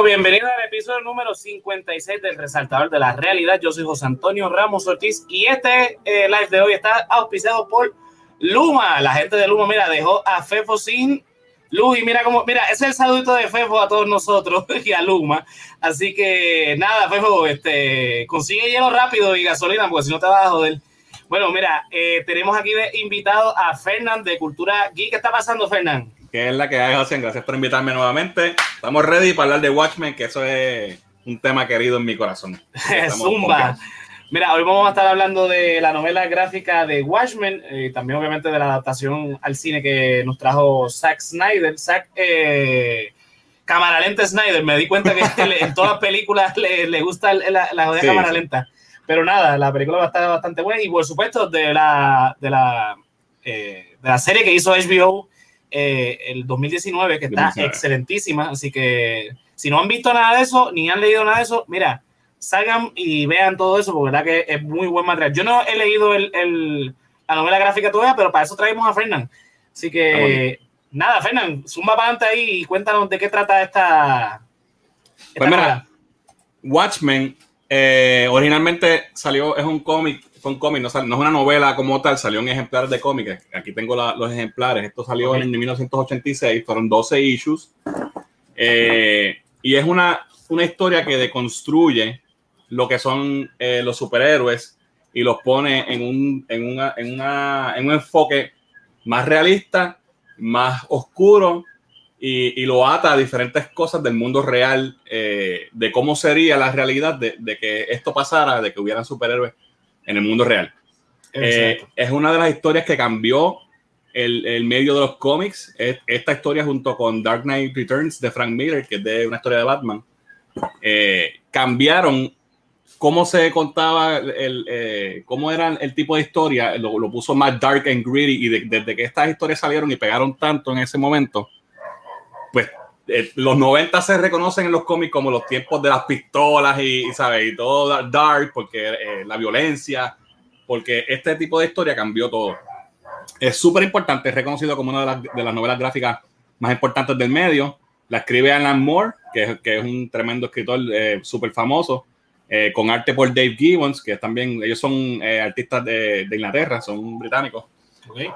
bienvenidos al episodio número 56 del Resaltador de la Realidad. Yo soy José Antonio Ramos Ortiz y este live de hoy está auspiciado por Luma. La gente de Luma, mira, dejó a Fefo sin luz y mira cómo, mira, ese es el saludito de Fefo a todos nosotros y a Luma. Así que nada, Fefo, consigue hielo rápido y gasolina porque si no te vas a joder. Bueno, mira, tenemos aquí de invitado a Fernán de Cultura Geek. ¿Qué está pasando, Fernán? Que es la que hay, José. Gracias por invitarme nuevamente. Estamos ready para hablar de Watchmen, que eso es un tema querido en mi corazón. Zumba. Mira, hoy vamos a estar hablando de la novela gráfica de Watchmen, también obviamente de la adaptación al cine que nos trajo Zack Snyder. Cámara lenta Snyder. Me di cuenta que en todas las películas le gusta la jodida cámara lenta. Pero nada, la película va a estar bastante buena y por supuesto de la serie que hizo HBO el 2019, que está excelentísima. Así que si no han visto nada de eso, ni han leído nada de eso, mira, salgan y vean todo eso, porque verdad que es muy buen material. Yo no he leído la novela gráfica todavía, pero para eso traemos a Fernán. Así que nada, Fernán, zumba para adelante ahí y cuéntanos de qué trata esta pues mira, Watchmen originalmente salió, es un cómic, no es una novela como tal, salió en ejemplares de cómics. Aquí tengo los ejemplares. Esto salió en 1986, fueron 12 issues. Y es una historia que deconstruye lo que son los superhéroes y los pone en un enfoque más realista, más oscuro, y lo ata a diferentes cosas del mundo real, de cómo sería la realidad de que esto pasara, de que hubieran superhéroes en el mundo real. Es una de las historias que cambió el medio de los cómics. Esta historia, junto con Dark Knight Returns de Frank Miller, que es de una historia de Batman, cambiaron cómo se contaba, cómo era el tipo de historia. Lo puso más dark and gritty, y desde que estas historias salieron y pegaron tanto en ese momento, pues los 90 se reconocen en los cómics como los tiempos de las pistolas y ¿sabes? Y todo dark, porque la violencia, porque este tipo de historia cambió todo. Es súper importante, es reconocido como una de las novelas gráficas más importantes del medio. La escribe Alan Moore, que es un tremendo escritor súper famoso, con arte por Dave Gibbons, que también, ellos son artistas de Inglaterra, son británicos. Okay.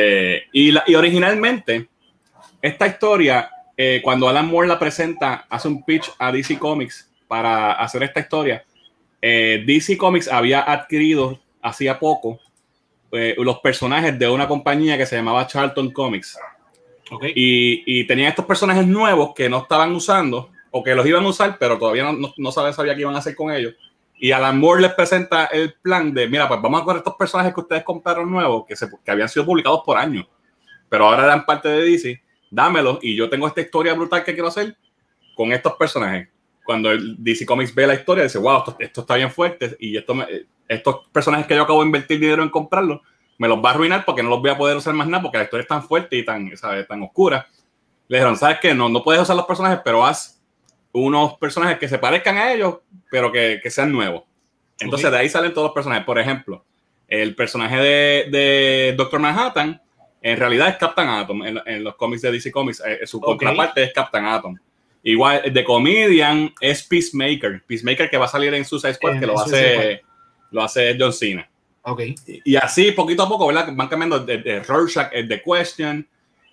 Y originalmente, esta historia, cuando Alan Moore la presenta, hace un pitch a DC Comics para hacer esta historia. DC Comics había adquirido hacía poco los personajes de una compañía que se llamaba Charlton Comics. Okay. Y tenían estos personajes nuevos que no estaban usando, o que los iban a usar, pero todavía no sabía qué iban a hacer con ellos. Y Alan Moore les presenta el plan de, mira, pues vamos a coger estos personajes que ustedes compraron nuevos, que habían sido publicados por años, pero ahora eran parte de DC. Dámelos y yo tengo esta historia brutal que quiero hacer con estos personajes. Cuando el DC Comics ve la historia, dice, wow, esto está bien fuerte, y estos personajes que yo acabo de invertir dinero en comprarlos, me los va a arruinar porque no los voy a poder usar más nada, porque la historia es tan fuerte y tan oscura. Le dijeron, ¿sabes qué? No puedes usar los personajes, pero haz unos personajes que se parezcan a ellos, pero que sean nuevos. Entonces de ahí salen todos los personajes. Por ejemplo, el personaje de Doctor Manhattan, en realidad es Captain Atom en los cómics de DC Comics. Su contraparte es Captain Atom. Igual, The Comedian es Peacemaker. Peacemaker, que va a salir en Suicide Squad, que lo hace John Cena. Okay. Y así, poquito a poco, ¿verdad? Van cambiando de Rorschach, The Question,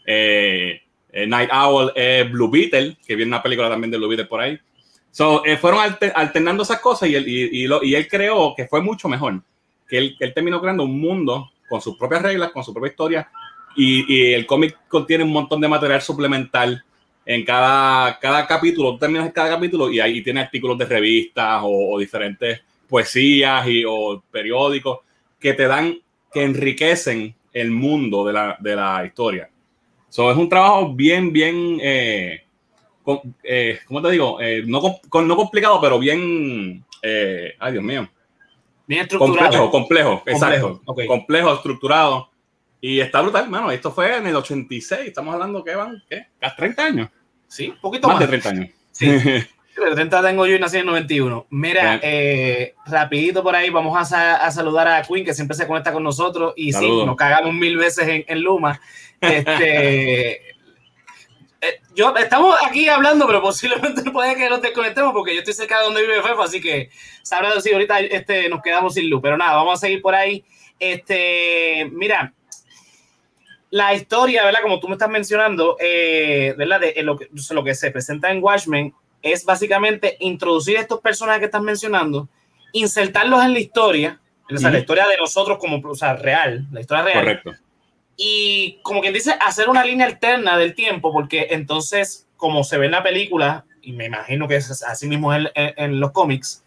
Night Owl, Blue Beetle, que viene una película también de Blue Beetle por ahí. Fueron alternando esas cosas, y él creó que fue mucho mejor. Que él terminó creando un mundo con sus propias reglas, con su propia historia. Y el cómic contiene un montón de material suplemental en cada capítulo. Tú terminas cada capítulo y ahí tiene artículos de revistas o diferentes poesías o periódicos que que enriquecen el mundo de la historia. Es un trabajo bien, ¿cómo te digo? No complicado, pero bien, ay Dios mío. Bien estructurado. Complejo, exacto. Okay. Complejo, estructurado. Y está brutal, hermano. Esto fue en el 86. Estamos hablando que van, ¿qué? ¿Casi 30 años? Sí, poquito más. Más de 30 años. Sí. De 30 tengo yo y nací en 91. Mira, rapidito por ahí, vamos a saludar a Queen, que siempre se conecta con nosotros. Y saludos. Sí, nos cagamos 1000 veces en Luma. Estamos aquí hablando, pero posiblemente puede que nos desconectemos porque yo estoy cerca de donde vive Fefo, así que sabrá si ahorita nos quedamos sin luz. Pero nada, vamos a seguir por ahí. Mira, la historia, ¿verdad? Como tú me estás mencionando, ¿verdad? De lo que se presenta en Watchmen es básicamente introducir estos personajes que estás mencionando, insertarlos en la historia, o sea, la historia de nosotros como, o sea, real, la historia real. Correcto. Y como quien dice, hacer una línea alterna del tiempo, porque entonces, como se ve en la película, y me imagino que es así mismo en los cómics,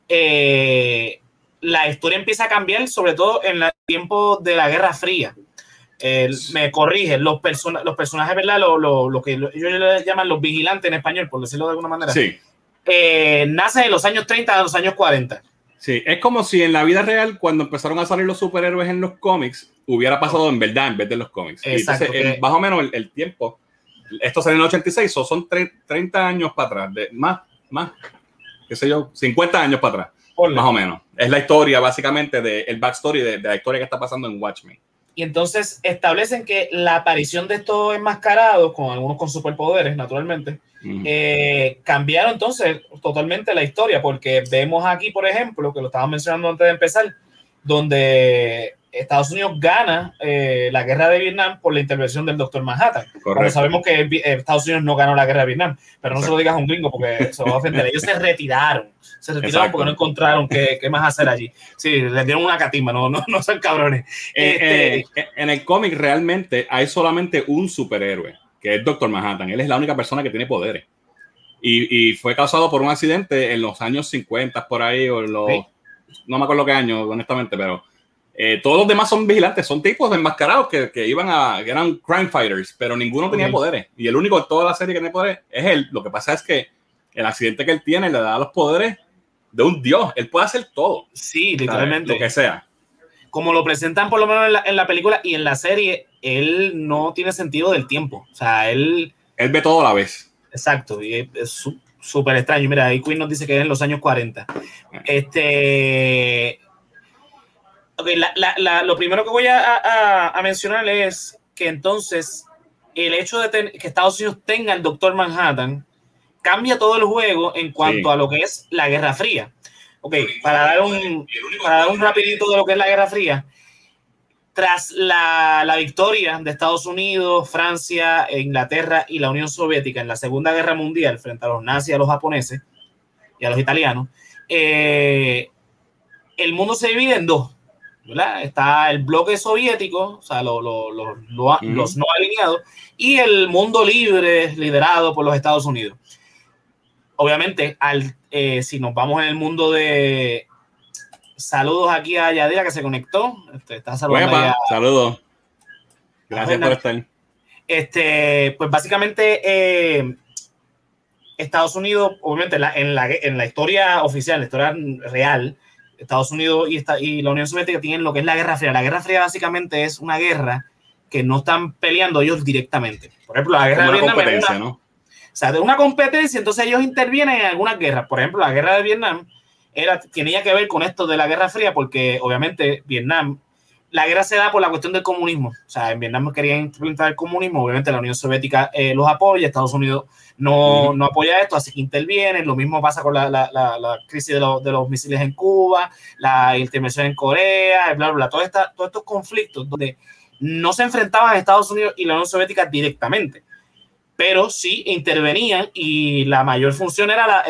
la historia empieza a cambiar, sobre todo en el tiempo de la Guerra Fría. Me corrigen, los personajes, ¿verdad? Lo que ellos le llaman los vigilantes en español, por decirlo de alguna manera. Sí. Nace en los años 30 a los años 40. Sí, es como si en la vida real, cuando empezaron a salir los superhéroes en los cómics, hubiera pasado en verdad en vez de los cómics. Exacto. Entonces, más o menos el tiempo, esto salió en el 86, son 30 años para atrás, más, qué sé yo, 50 años para atrás, más o menos. Es la historia, básicamente, el backstory de la historia que está pasando en Watchmen. Y entonces establecen que la aparición de estos enmascarados, con algunos con superpoderes, naturalmente, cambiaron entonces totalmente la historia, porque vemos aquí, por ejemplo, que lo estaba mencionando antes de empezar, donde Estados Unidos gana la guerra de Vietnam por la intervención del Dr. Manhattan. Cuando sabemos que Estados Unidos no ganó la guerra de Vietnam, pero no se lo digas a un gringo porque se va a ofender. Ellos se retiraron porque no encontraron qué más hacer allí. Sí, les dieron una catimba, no son cabrones. En el cómic realmente hay solamente un superhéroe, que es Dr. Manhattan. Él es la única persona que tiene poderes. Y fue causado por un accidente en los años 50, por ahí, o no me acuerdo qué año, honestamente, pero todos los demás son vigilantes, son tipos enmascarados que eran crime fighters, pero ninguno tenía poderes. Y el único de toda la serie que tiene poderes es él. Lo que pasa es que el accidente que él tiene le da los poderes de un dios. Él puede hacer todo. Sí, literalmente. Lo que sea. Como lo presentan por lo menos en la película y en la serie, él no tiene sentido del tiempo. O sea, él ve todo a la vez. Exacto, y es súper extraño. Mira, ahí Queen nos dice que es en los años 40. Okay, lo primero que voy a mencionar es que entonces el hecho de que Estados Unidos tenga el Dr. Manhattan cambia todo el juego en cuanto a lo que es la Guerra Fría. Ok, para dar un rapidito de lo que es la Guerra Fría, tras la victoria de Estados Unidos, Francia, Inglaterra y la Unión Soviética en la Segunda Guerra Mundial frente a los nazis, a los japoneses y a los italianos, el mundo se divide en dos, ¿verdad? Está el bloque soviético, o sea, los no alineados, y el mundo libre liderado por los Estados Unidos. Obviamente, si nos vamos en el mundo de... Saludos aquí a Yadira que se conectó. Está saludando. Saludos. Gracias por estar. Pues básicamente Estados Unidos, obviamente en la historia oficial, la historia real, Estados Unidos y la Unión Soviética tienen lo que es la Guerra Fría. La Guerra Fría básicamente es una guerra que no están peleando ellos directamente. Por ejemplo, la Guerra de Vietnam es una, ¿no? O sea, de una competencia, entonces ellos intervienen en algunas guerras. Por ejemplo, la Guerra de Vietnam tenía que ver con esto de la Guerra Fría, porque obviamente Vietnam, la guerra se da por la cuestión del comunismo. O sea, en Vietnam querían implementar el comunismo, obviamente la Unión Soviética los apoya, Estados Unidos no apoya esto, así que intervienen. Lo mismo pasa con la crisis de los misiles en Cuba, la intervención en Corea, bla, bla, bla. Todos estos conflictos donde no se enfrentaban a Estados Unidos y la Unión Soviética directamente, pero sí intervenían, y la mayor función era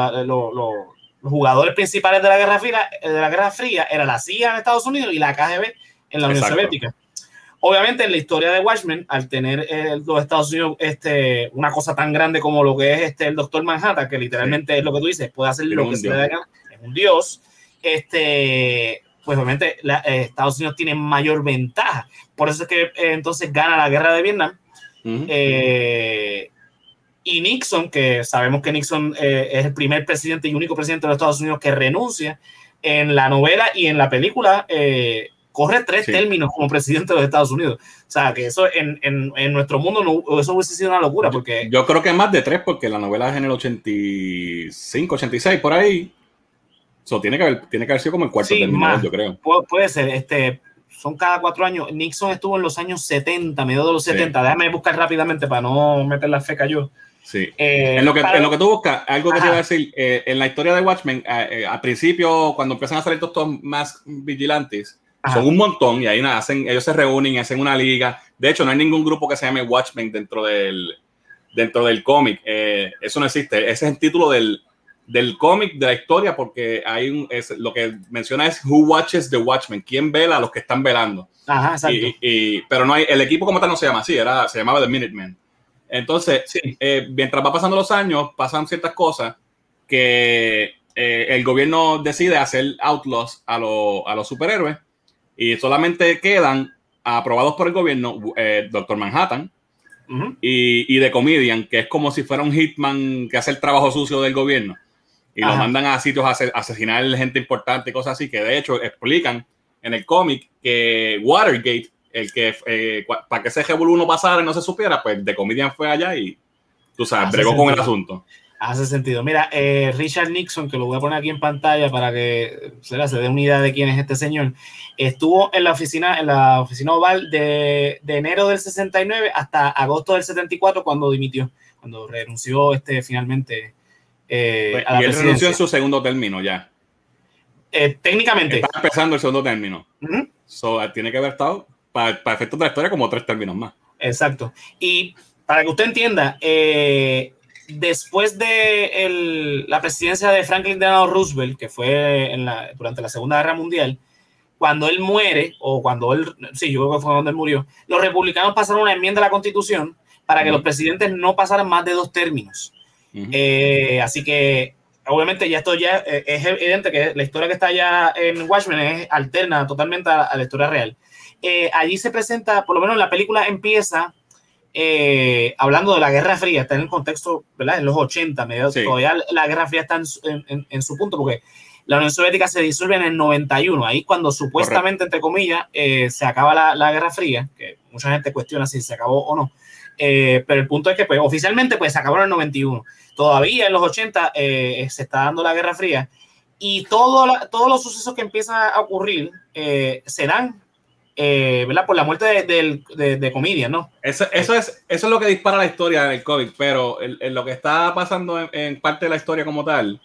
los jugadores principales de la Guerra Fría era la CIA en Estados Unidos y la KGB en la Unión Soviética. Obviamente, en la historia de Watchmen, al tener los Estados Unidos una cosa tan grande como lo que es el Dr. Manhattan, que literalmente es lo que tú dices, puede hacer lo que se le dé gana, es un dios, pues obviamente Estados Unidos tiene mayor ventaja. Por eso es que entonces gana la guerra de Vietnam. Y Nixon, que sabemos que Nixon es el primer presidente y único presidente de los Estados Unidos que renuncia, en la novela y en la película corre 3 términos como presidente de los Estados Unidos. O sea, que eso en nuestro mundo eso hubiese sido una locura. Porque yo creo que más de 3, porque la novela es en el 85, 86, por ahí. Tiene que haber sido como el cuarto término, yo creo. Puede ser. son cada 4 años. Nixon estuvo en los años 70, mediados de los 70. Déjame buscar rápidamente para no meter la feca yo. Sí. En lo que tú buscas, algo que te iba a decir, en la historia de Watchmen, al principio, cuando empiezan a salir todos estos más vigilantes, son un montón y ahí ellos se reúnen y hacen una liga. De hecho, no hay ningún grupo que se llame Watchmen dentro del cómic. Eso no existe. Ese es el título del cómic, de la historia, porque lo que menciona es Who Watches the Watchmen, quién vela a los que están velando. Ajá, exacto. Pero no hay, el equipo como tal no se llama así, se llamaba The Minutemen. Entonces, mientras va pasando los años, pasan ciertas cosas que el gobierno decide hacer outlaws a los superhéroes y solamente quedan aprobados por el gobierno Doctor Manhattan y The Comedian, que es como si fuera un hitman que hace el trabajo sucio del gobierno y lo mandan a sitios a asesinar gente importante y cosas así, que de hecho explican en el cómic que Watergate, para que ese revolú no pasara y no se supiera, pues The Comedian fue allá y tú sabes, bregó con el asunto. Hace sentido. Mira, Richard Nixon, que lo voy a poner aquí en pantalla para que se dé una idea de quién es este señor, estuvo en la oficina oval de enero del 69 hasta agosto del 74 cuando dimitió, cuando renunció finalmente a la presidencia. Él renunció en su segundo término ya. Técnicamente. Está empezando el segundo término. Tiene que haber estado, para efectos de la historia, como 3 términos más. Exacto. Y para que usted entienda, después de la presidencia de Franklin Delano Roosevelt, que fue durante la Segunda Guerra Mundial, cuando él muere, yo creo que fue cuando él murió, los republicanos pasaron una enmienda a la Constitución para que los presidentes no pasaran más de 2 términos. Así que, obviamente, esto es evidente que la historia que está allá en Watchmen es alterna totalmente a la historia real. Allí se presenta, por lo menos la película empieza hablando de la Guerra Fría, está en el contexto, ¿verdad? En los 80, todavía la Guerra Fría está en su punto, porque la Unión Soviética se disuelve en el 91, ahí cuando supuestamente, entre comillas, se acaba la Guerra Fría, que mucha gente cuestiona si se acabó o no, pero el punto es que pues, oficialmente pues, se acabó en el 91. Todavía en los 80 se está dando la Guerra Fría y todos los sucesos que empiezan a ocurrir se dan ¿verdad? Por la muerte de Comedian, ¿no? Eso es lo que dispara la historia del cómic, pero lo que está pasando en parte de la historia como tal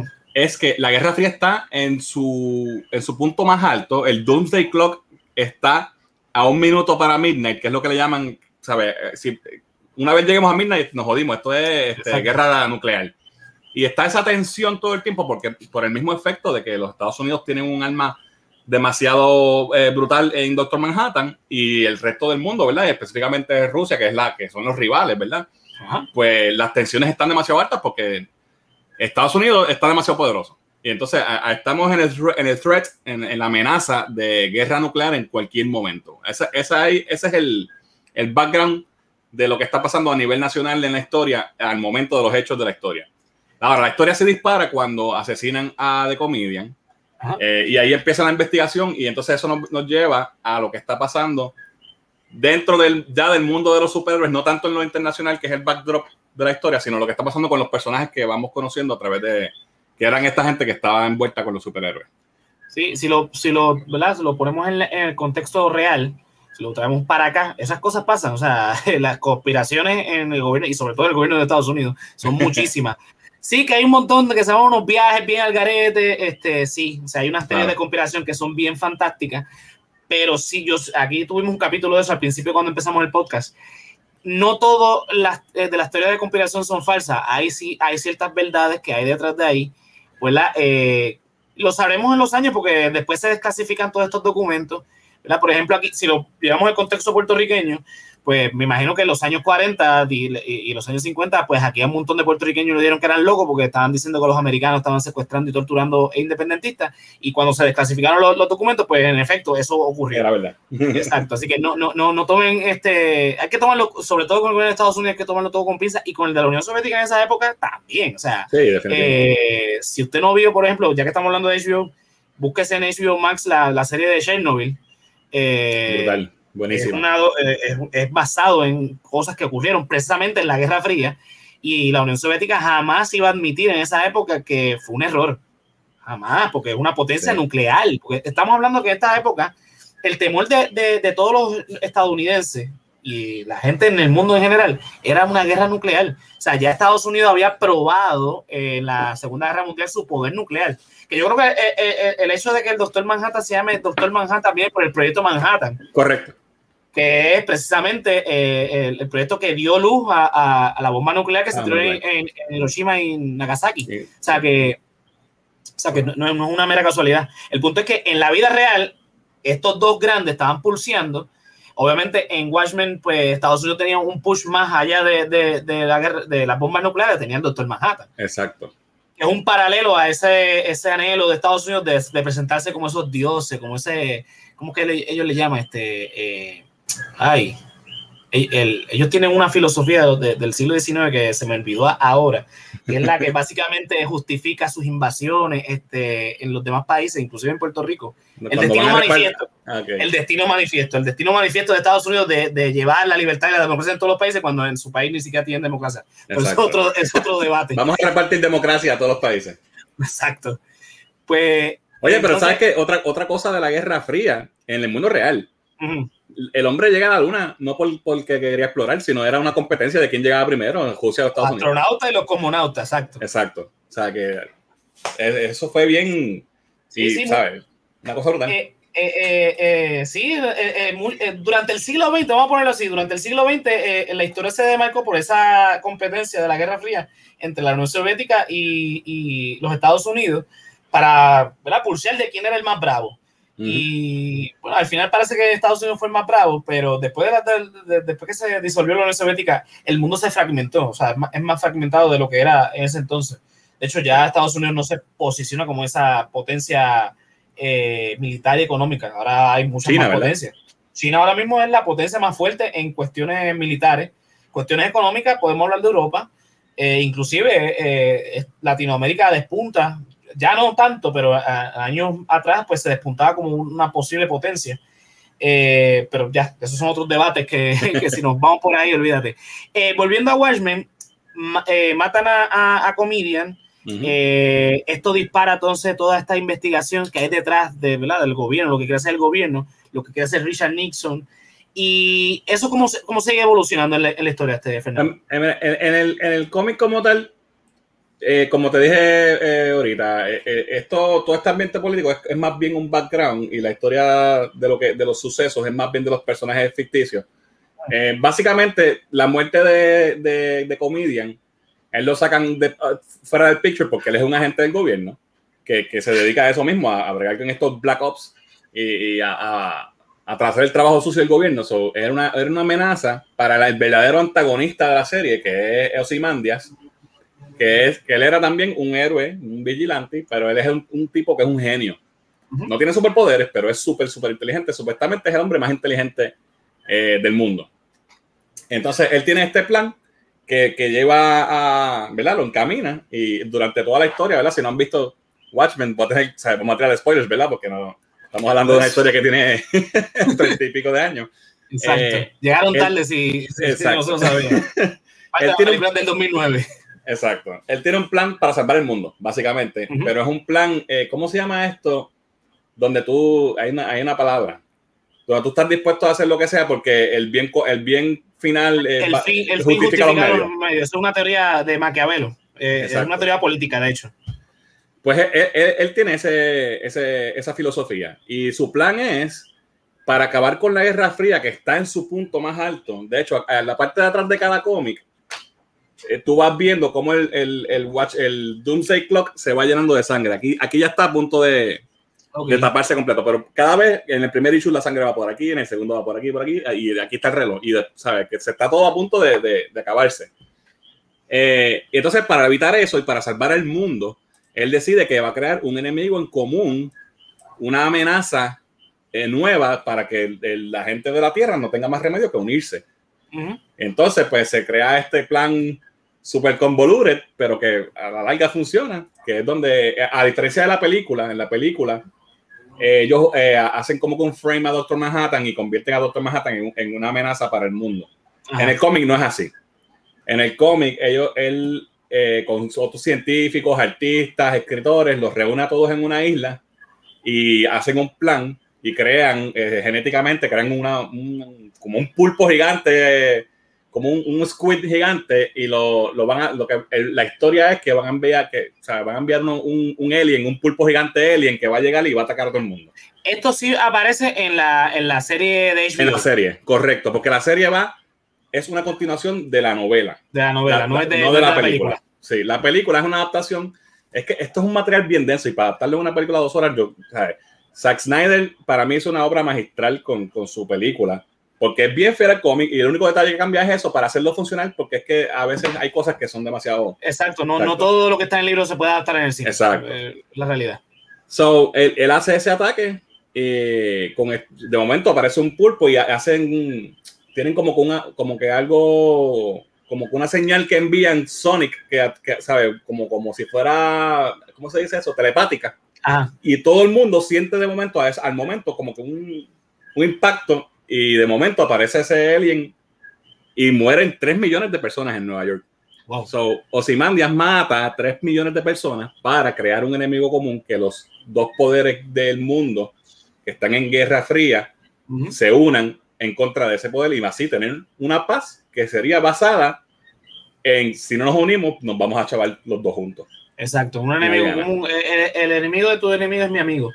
es que la Guerra Fría está en su punto más alto. El Doomsday Clock está a 1 minuto para midnight, que es lo que le llaman, ¿sabes? Si una vez lleguemos a midnight nos jodimos, esto es guerra nuclear. Y está esa tensión todo el tiempo por el mismo efecto de que los Estados Unidos tienen un arma demasiado brutal en Doctor Manhattan y el resto del mundo, ¿verdad? Y específicamente Rusia, que son los rivales, ¿verdad? Pues las tensiones están demasiado altas porque Estados Unidos está demasiado poderoso. Y entonces estamos en la amenaza de guerra nuclear en cualquier momento. Ese es el background de lo que está pasando a nivel nacional en la historia al momento de los hechos de la historia. Ahora, la historia se dispara cuando asesinan a The Comedian. Y ahí empieza la investigación y entonces eso nos lleva a lo que está pasando dentro del mundo de los superhéroes, no tanto en lo internacional, que es el backdrop de la historia, sino lo que está pasando con los personajes que vamos conociendo a través de que eran esta gente que estaba envuelta con los superhéroes. Sí, si lo ponemos en el contexto real, si lo traemos para acá, esas cosas pasan. O sea, las conspiraciones en el gobierno y sobre todo el gobierno de Estados Unidos son muchísimas. Sí, que hay un montón de que se van unos viajes bien al garete, sí, o sea, hay unas teorías de conspiración que son bien fantásticas, pero sí, aquí tuvimos un capítulo de eso al principio cuando empezamos el podcast. No todas de las teorías de conspiración son falsas, hay ciertas verdades que hay detrás de ahí, ¿verdad? Lo sabremos en los años porque después se desclasifican todos estos documentos, ¿verdad? Por ejemplo, aquí, si lo llevamos al contexto puertorriqueño, pues me imagino que en los años 40 y los años 50, pues aquí a un montón de puertorriqueños le dieron que eran locos porque estaban diciendo que los americanos estaban secuestrando y torturando independentistas, y cuando se desclasificaron los documentos, pues en efecto eso ocurrió. Era verdad. Exacto, así que no tomen hay que tomarlo, sobre todo con el gobierno de Estados Unidos, hay que tomarlo todo con pinzas, y con el de la Unión Soviética en esa época también, o sea, sí, definitivamente. Si usted no vio, por ejemplo, ya que estamos hablando de HBO, búsquese en HBO Max la serie de Chernobyl. Brutal. Buenísimo. Es basado en cosas que ocurrieron precisamente en la Guerra Fría, y la Unión Soviética jamás iba a admitir en esa época que fue un error, jamás, porque es una potencia nuclear, porque estamos hablando que en esta época el temor de todos los estadounidenses y la gente en el mundo en general era una guerra nuclear. O sea, ya Estados Unidos había probado en la Segunda Guerra Mundial su poder nuclear. Que yo creo que el hecho de que el Doctor Manhattan se llame Doctor Manhattan viene por el proyecto Manhattan. Correcto. Que es precisamente el proyecto que dio luz a la bomba nuclear que se tiró en Hiroshima y Nagasaki. Sí. O sea que no es una mera casualidad. El punto es que en la vida real estos dos grandes estaban pulseando. Obviamente en Watchmen pues Estados Unidos tenía un push más allá de la guerra, de las bombas nucleares, tenía el Doctor Manhattan. Exacto. Es un paralelo a ese anhelo de Estados Unidos de presentarse como esos dioses, como ese, ¿cómo que ellos le llaman? Ellos tienen una filosofía del siglo XIX que se me olvidó ahora, que es la que básicamente justifica sus invasiones en los demás países, inclusive en Puerto Rico. El destino manifiesto. Okay. El destino manifiesto de Estados Unidos de llevar la libertad y la democracia en todos los países cuando en su país ni siquiera tienen democracia. Pero es otro debate. Vamos a repartir democracia a todos los países. Exacto. Pues, oye, pero ¿sabes qué? Otra cosa de la Guerra Fría en el mundo real. El hombre llega a la luna no porque quería explorar, sino era una competencia de quién llegaba primero, Rusia o Estados Unidos. Astronautas y los cosmonautas, exacto. Exacto. O sea que eso fue bien, sí, ¿sabes? Una cosa brutal. Durante el siglo XX, vamos a ponerlo así, durante el siglo XX la historia se demarcó por esa competencia de la Guerra Fría entre la Unión Soviética y los Estados Unidos para, ¿verdad?, pulsear de quién era el más bravo. Y bueno, al final parece que Estados Unidos fue el más bravo, pero después después que se disolvió la Unión Soviética, el mundo se fragmentó, o sea, es más fragmentado de lo que era en ese entonces. De hecho, ya Estados Unidos no se posiciona como esa potencia militar y económica. Ahora hay muchas más potencias. China ahora mismo es la potencia más fuerte en cuestiones militares. Cuestiones económicas, podemos hablar de Europa, inclusive Latinoamérica despunta. Ya no tanto, pero años atrás pues se despuntaba como una posible potencia. Pero ya, esos son otros debates que si nos vamos por ahí, olvídate. Volviendo a Watchmen, matan a Comedian. Esto dispara entonces toda esta investigación que hay detrás ¿verdad?, del gobierno, lo que quiere hacer el gobierno, lo que quiere hacer Richard Nixon. Y eso cómo sigue evolucionando en la historia, Fernando. En el cómic como tal, como te dije ahorita, todo este ambiente político es más bien un background, y la historia de los sucesos es más bien de los personajes ficticios. Básicamente, la muerte de Comedian, él lo sacan fuera del picture porque él es un agente del gobierno que se dedica a eso mismo, a bregar con estos Black Ops y a hacer el trabajo sucio del gobierno. Era una amenaza para el verdadero antagonista de la serie, que es Ozymandias, que él era también un héroe, un vigilante, pero él es un tipo que es un genio. No tiene superpoderes, pero es súper inteligente. Supuestamente es el hombre más inteligente del mundo. Entonces, él tiene este plan que lleva ¿verdad?, lo encamina, y durante toda la historia, ¿verdad?, si no han visto Watchmen, vamos a tirar spoilers, ¿verdad?, porque no estamos hablando de una historia que tiene 30 y pico de años. Exacto. Llegaron tarde si nosotros sabíamos. Falta la película del 2009. Exacto. Él tiene un plan para salvar el mundo, básicamente, pero es un plan, ¿cómo se llama esto? Donde hay una palabra, donde tú estás dispuesto a hacer lo que sea porque el bien final el fin justifica los medios. Es una teoría de Maquiavelo, es una teoría política, de hecho. Pues él tiene esa filosofía, y su plan es para acabar con la Guerra Fría, que está en su punto más alto. De hecho, en la parte de atrás de cada cómic, tú vas viendo cómo el Doomsday Clock se va llenando de sangre. Aquí ya está a punto de taparse completo, pero cada vez en el primer issue la sangre va por aquí, en el segundo va por aquí, y aquí está el reloj, y sabes que se está todo a punto de acabarse. Y entonces, para evitar eso y para salvar el mundo, él decide que va a crear un enemigo en común, una amenaza nueva, para que la gente de la Tierra no tenga más remedio que unirse. Entonces, pues se crea este plan super convoluted, pero que a la larga funciona, que es donde, a diferencia de la película, en la película ellos hacen como que un frame a Doctor Manhattan y convierten a Doctor Manhattan en una amenaza para el mundo. En el cómic no es así. En el cómic él con otros científicos, artistas, escritores, los reúne a todos en una isla y hacen un plan y crean, genéticamente, crean como un pulpo gigante, como un squid gigante, y la historia es que van a enviar, un alien, un pulpo gigante alien que va a llegar y va a atacar a todo el mundo. Esto sí aparece en la serie de HBO. En la serie, correcto, porque la serie es una continuación de la novela. De la novela, no es de la película. Sí, la película es una adaptación. Es que esto es un material bien denso, y para adaptarle a una película de 2 horas, Zack Snyder para mí es una obra magistral con su película, porque es bien fiel al cómic, y el único detalle que cambia es eso para hacerlo funcional, porque es que a veces hay cosas que son demasiado... Exacto, no todo lo que está en el libro se puede adaptar en el cine. Exacto. La realidad. So, él hace ese ataque, de momento aparece un pulpo y tienen como que algo, como que una señal que envían Sonic, que ¿sabe? Como si fuera, ¿cómo se dice eso? Telepática. Ajá. Y todo el mundo siente de momento, al momento, como que un impacto, y de momento aparece ese alien y mueren 3 millones de personas en Nueva York. Wow. So, Ozymandias mata a 3 millones de personas para crear un enemigo común, que los dos poderes del mundo que están en guerra fría se unan en contra de ese poder, y así tener una paz que sería basada en, si no nos unimos, nos vamos a chavar los dos juntos. Exacto, un enemigo común. El enemigo de tu enemigo es mi amigo.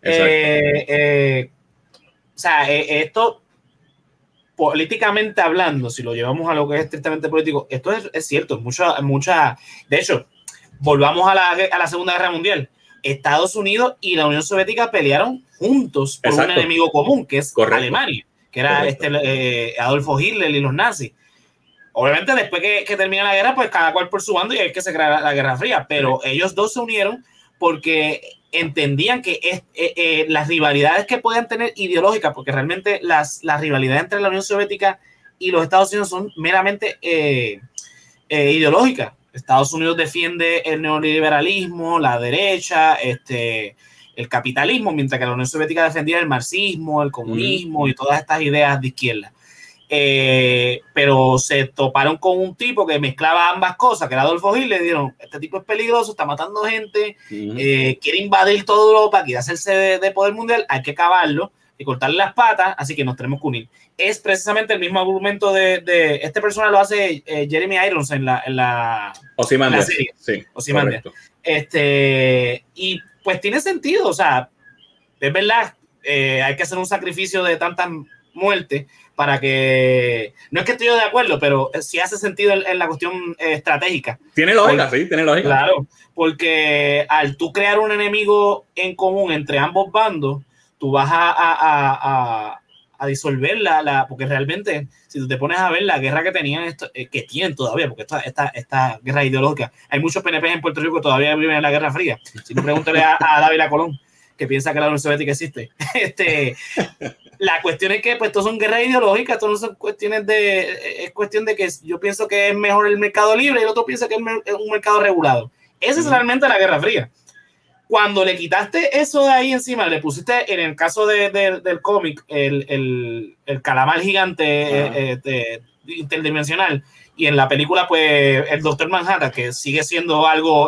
O sea, esto, políticamente hablando, si lo llevamos a lo que es estrictamente político, esto es cierto, mucha. De hecho, volvamos a la Segunda Guerra Mundial. Estados Unidos y la Unión Soviética pelearon juntos por un enemigo común, que es Alemania, que era Adolfo Hitler y los nazis. Obviamente, después que termina la guerra, pues cada cual por su bando, y es que se crea la Guerra Fría. Pero ellos dos se unieron porque entendían que las rivalidades que podían tener ideológicas, porque realmente las rivalidades entre la Unión Soviética y los Estados Unidos son meramente ideológicas. Estados Unidos defiende el neoliberalismo, la derecha, el capitalismo, mientras que la Unión Soviética defendía el marxismo, el comunismo y todas estas ideas de izquierda. Pero se toparon con un tipo que mezclaba ambas cosas, que era Adolfo Hitler, y dijeron, este tipo es peligroso, está matando gente, quiere invadir toda Europa, quiere hacerse de poder mundial, hay que acabarlo y cortarle las patas, así que nos tenemos que unir. Es precisamente el mismo argumento de este personaje, lo hace Jeremy Irons en la serie. Sí, Ozymandias. Y pues tiene sentido, o sea, es verdad, hay que hacer un sacrificio de tantas muertes para que, no es que estoy de acuerdo, pero sí hace sentido en la cuestión estratégica. Tiene lógica, sí, tiene lógica. Claro, porque al tú crear un enemigo en común entre ambos bandos, tú vas a disolver porque realmente, si tú te pones a ver la guerra que tenían, que tienen todavía, porque esta guerra ideológica, hay muchos PNP en Puerto Rico que todavía viven en la Guerra Fría. Si no, pregúntale a Dávila Colón, que piensa que la Unión Soviética existe. La cuestión es que pues esto son guerras ideológicas, esto no son cuestiones es cuestión de que yo pienso que es mejor el mercado libre y el otro piensa que es un mercado regulado. Esa es realmente la Guerra Fría. Cuando le quitaste eso de ahí encima, le pusiste, en el caso del cómic, el calamar gigante interdimensional, y en la película pues el Doctor Manhattan, que sigue siendo algo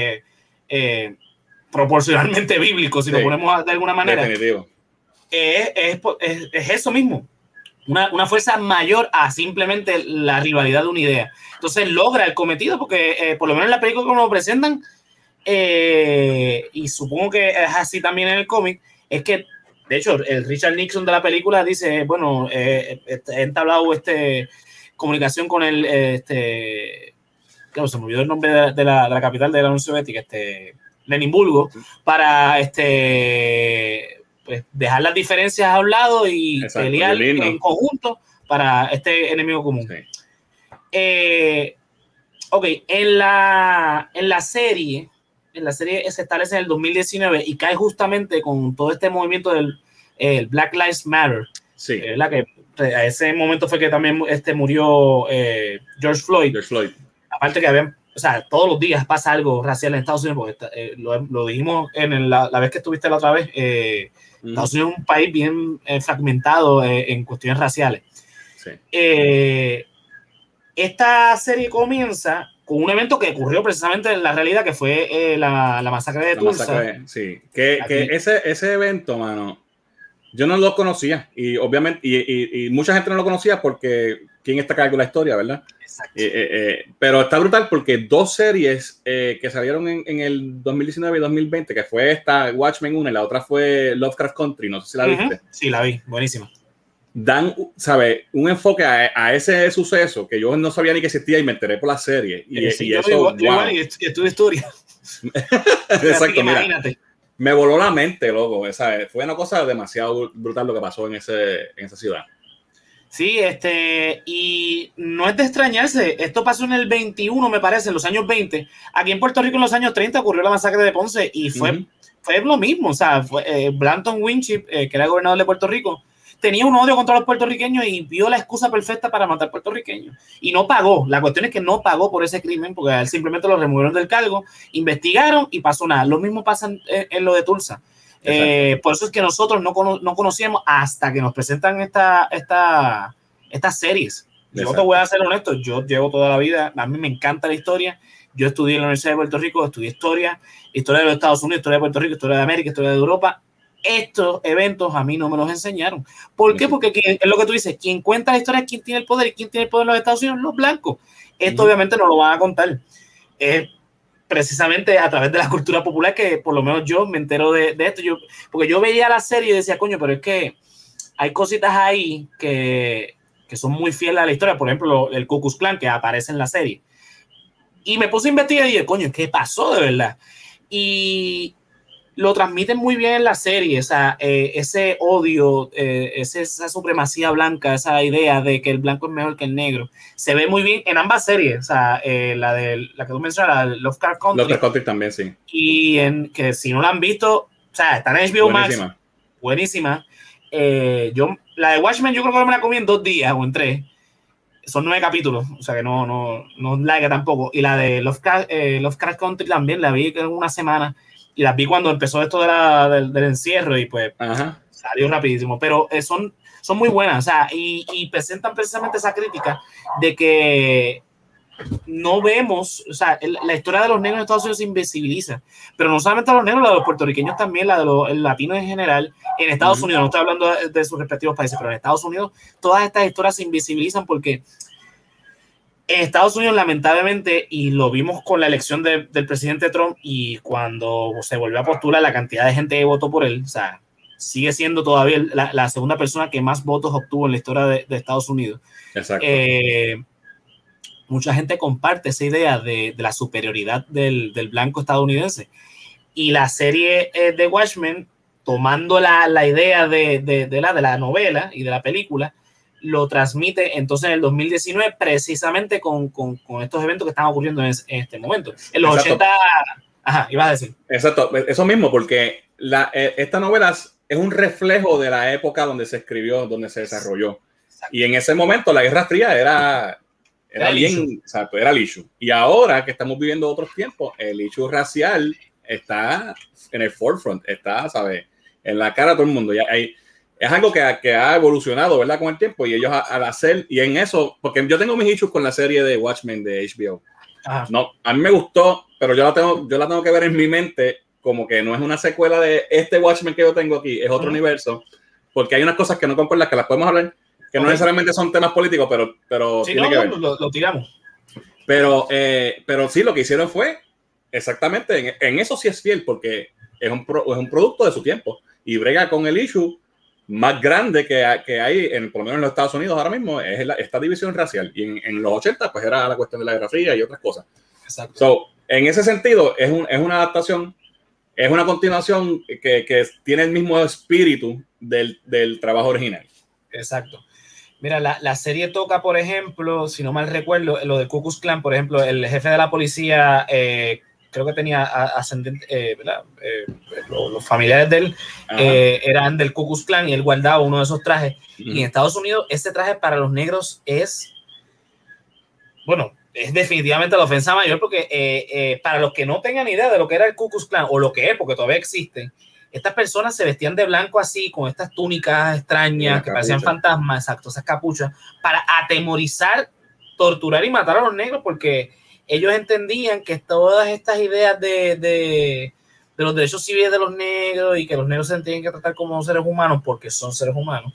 proporcionalmente bíblico, si lo ponemos de alguna manera. Definitivo. Es eso mismo, una fuerza mayor a simplemente la rivalidad de una idea. Entonces logra el cometido, porque por lo menos en la película como lo presentan, y supongo que es así también en el cómic, es que de hecho el Richard Nixon de la película dice, bueno, he entablado comunicación con claro, se me olvidó el nombre de la capital de la Unión Soviética, Leninburgo, para pues dejar las diferencias a un lado y pelear en conjunto para este enemigo común. Sí. Ok, en la serie se establece en el 2019 y cae justamente con todo este movimiento del Black Lives Matter. Sí. ¿Verdad? Que a ese momento fue que también murió George Floyd. Aparte que o sea, todos los días pasa algo racial en Estados Unidos, porque lo dijimos en la vez que estuviste la otra vez. Estados Unidos es un país bien fragmentado en cuestiones raciales. Sí. Esta serie comienza con un evento que ocurrió precisamente en la realidad, que fue la masacre de Tulsa. Sí, que ese evento, mano, Yo no lo conocía y obviamente y mucha gente no lo conocía porque quién está a cargo de la historia, ¿verdad? Exacto. Pero está brutal porque dos series que salieron en el 2019 y 2020, que fue esta Watchmen 1 y la otra fue Lovecraft Country, no sé si la viste. Sí, la vi, buenísima. Dan, ¿sabe? Un enfoque a ese suceso que yo no sabía ni que existía y me enteré por la serie. Y eso, wow. Estudio historia. Exacto, mira. Imagínate. Me voló la mente, loco. Fue una cosa demasiado brutal lo que pasó en esa ciudad. Sí, y no es de extrañarse. Esto pasó en el 21, me parece, en los años 20. Aquí en Puerto Rico en los años 30 ocurrió la masacre de Ponce y fue lo mismo. O sea, Blanton Winship, que era gobernador de Puerto Rico, tenía un odio contra los puertorriqueños y vio la excusa perfecta para matar puertorriqueños. Y no pagó. La cuestión es que no pagó por ese crimen porque a él simplemente lo removieron del cargo, investigaron y pasó nada. Lo mismo pasa en lo de Tulsa. Por eso es que nosotros no conocíamos hasta que nos presentan estas series. Yo te voy a ser honesto, yo llevo toda la vida, a mí me encanta la historia. Yo estudié en la Universidad de Puerto Rico, estudié historia de los Estados Unidos, historia de Puerto Rico, historia de América, historia de Europa. Estos eventos a mí no me los enseñaron. ¿Por qué? Porque es lo que tú dices, quien cuenta la historia es quien tiene el poder, y quien tiene el poder en los Estados Unidos, los blancos. Esto obviamente no lo van a contar. Precisamente a través de la cultura popular que por lo menos yo me entero de esto. Porque yo veía la serie y decía, coño, pero es que hay cositas ahí que son muy fieles a la historia. Por ejemplo, el Ku Klux Klan que aparece en la serie. Y me puse a investigar y dije, coño, ¿qué pasó de verdad? Y lo transmiten muy bien en la serie, ese odio, esa supremacía blanca, esa idea de que el blanco es mejor que el negro, se ve muy bien en ambas series, o sea, la que tú mencionas, la de Lovecraft Country. Lovecraft Country también, sí. Y que si no la han visto, o sea, está en HBO Max, buenísima. La de Watchmen yo creo que me la comí en 2 días o en 3. Son 9 capítulos, o sea que no larga tampoco. Y la de Lovecraft Country también la vi en una semana. Y las vi cuando empezó esto del encierro y pues salió rapidísimo. Pero son muy buenas, o sea, y presentan precisamente esa crítica de que no vemos, o sea, la historia de los negros en Estados Unidos se invisibiliza, pero no solamente a los negros, la de los puertorriqueños también, la de los latinos en general, en Estados Unidos, no estoy hablando de sus respectivos países, pero en Estados Unidos todas estas historias se invisibilizan porque en Estados Unidos, lamentablemente, y lo vimos con la elección del presidente Trump y cuando se volvió a postular la cantidad de gente que votó por él, o sea, sigue siendo todavía la segunda persona que más votos obtuvo en la historia de Estados Unidos. Exacto. Mucha gente comparte esa idea de la superioridad del blanco estadounidense. Y la serie de Watchmen, tomando la idea de la novela y de la película, lo transmite entonces en el 2019 precisamente con estos eventos que están ocurriendo en este momento. En los 80... Ajá, ibas a decir. Exacto, eso mismo, porque esta novela es un reflejo de la época donde se escribió, donde se desarrolló. Exacto. Y en ese momento la Guerra Fría era bien, exacto, era el issue. Y ahora que estamos viviendo otros tiempos, el issue racial está en el forefront, está, ¿sabes? En la cara de todo el mundo. Es algo que ha evolucionado, ¿verdad? Con el tiempo, y ellos al hacer, y en eso, porque yo tengo mis issues con la serie de Watchmen de HBO. Ajá. No, a mí me gustó, pero yo la tengo que ver en mi mente como que no es una secuela de este Watchmen que yo tengo aquí, es otro universo, porque hay unas cosas que no concuerdan, que las podemos hablar, que no necesariamente son temas políticos, pero sí, tiene que ver. Lo tiramos. Pero sí, lo que hicieron fue, exactamente, en eso sí es fiel, porque es un producto de su tiempo, y brega con el issue más grande que hay, por lo menos en los Estados Unidos ahora mismo, es esta división racial. Y en los 80, pues era la cuestión de la Guerra Fría y otras cosas. Exacto. So, en ese sentido, es una adaptación, es una continuación que tiene el mismo espíritu del trabajo original. Exacto. Mira, la serie toca, por ejemplo, si no mal recuerdo, lo de Ku Klux Klan, por ejemplo, el jefe de la policía... creo que tenía ascendente, los familiares de él eran del Ku Klux Klan y él guardaba uno de esos trajes. Y en Estados Unidos, ese traje para los negros es definitivamente la ofensa mayor porque para los que no tengan idea de lo que era el Ku Klux Klan o lo que es, porque todavía existen, estas personas se vestían de blanco así, con estas túnicas extrañas que parecían fantasmas, exacto, esas capuchas, para atemorizar, torturar y matar a los negros porque ellos entendían que todas estas ideas de de los derechos civiles de los negros y que los negros se tienen que tratar como seres humanos porque son seres humanos.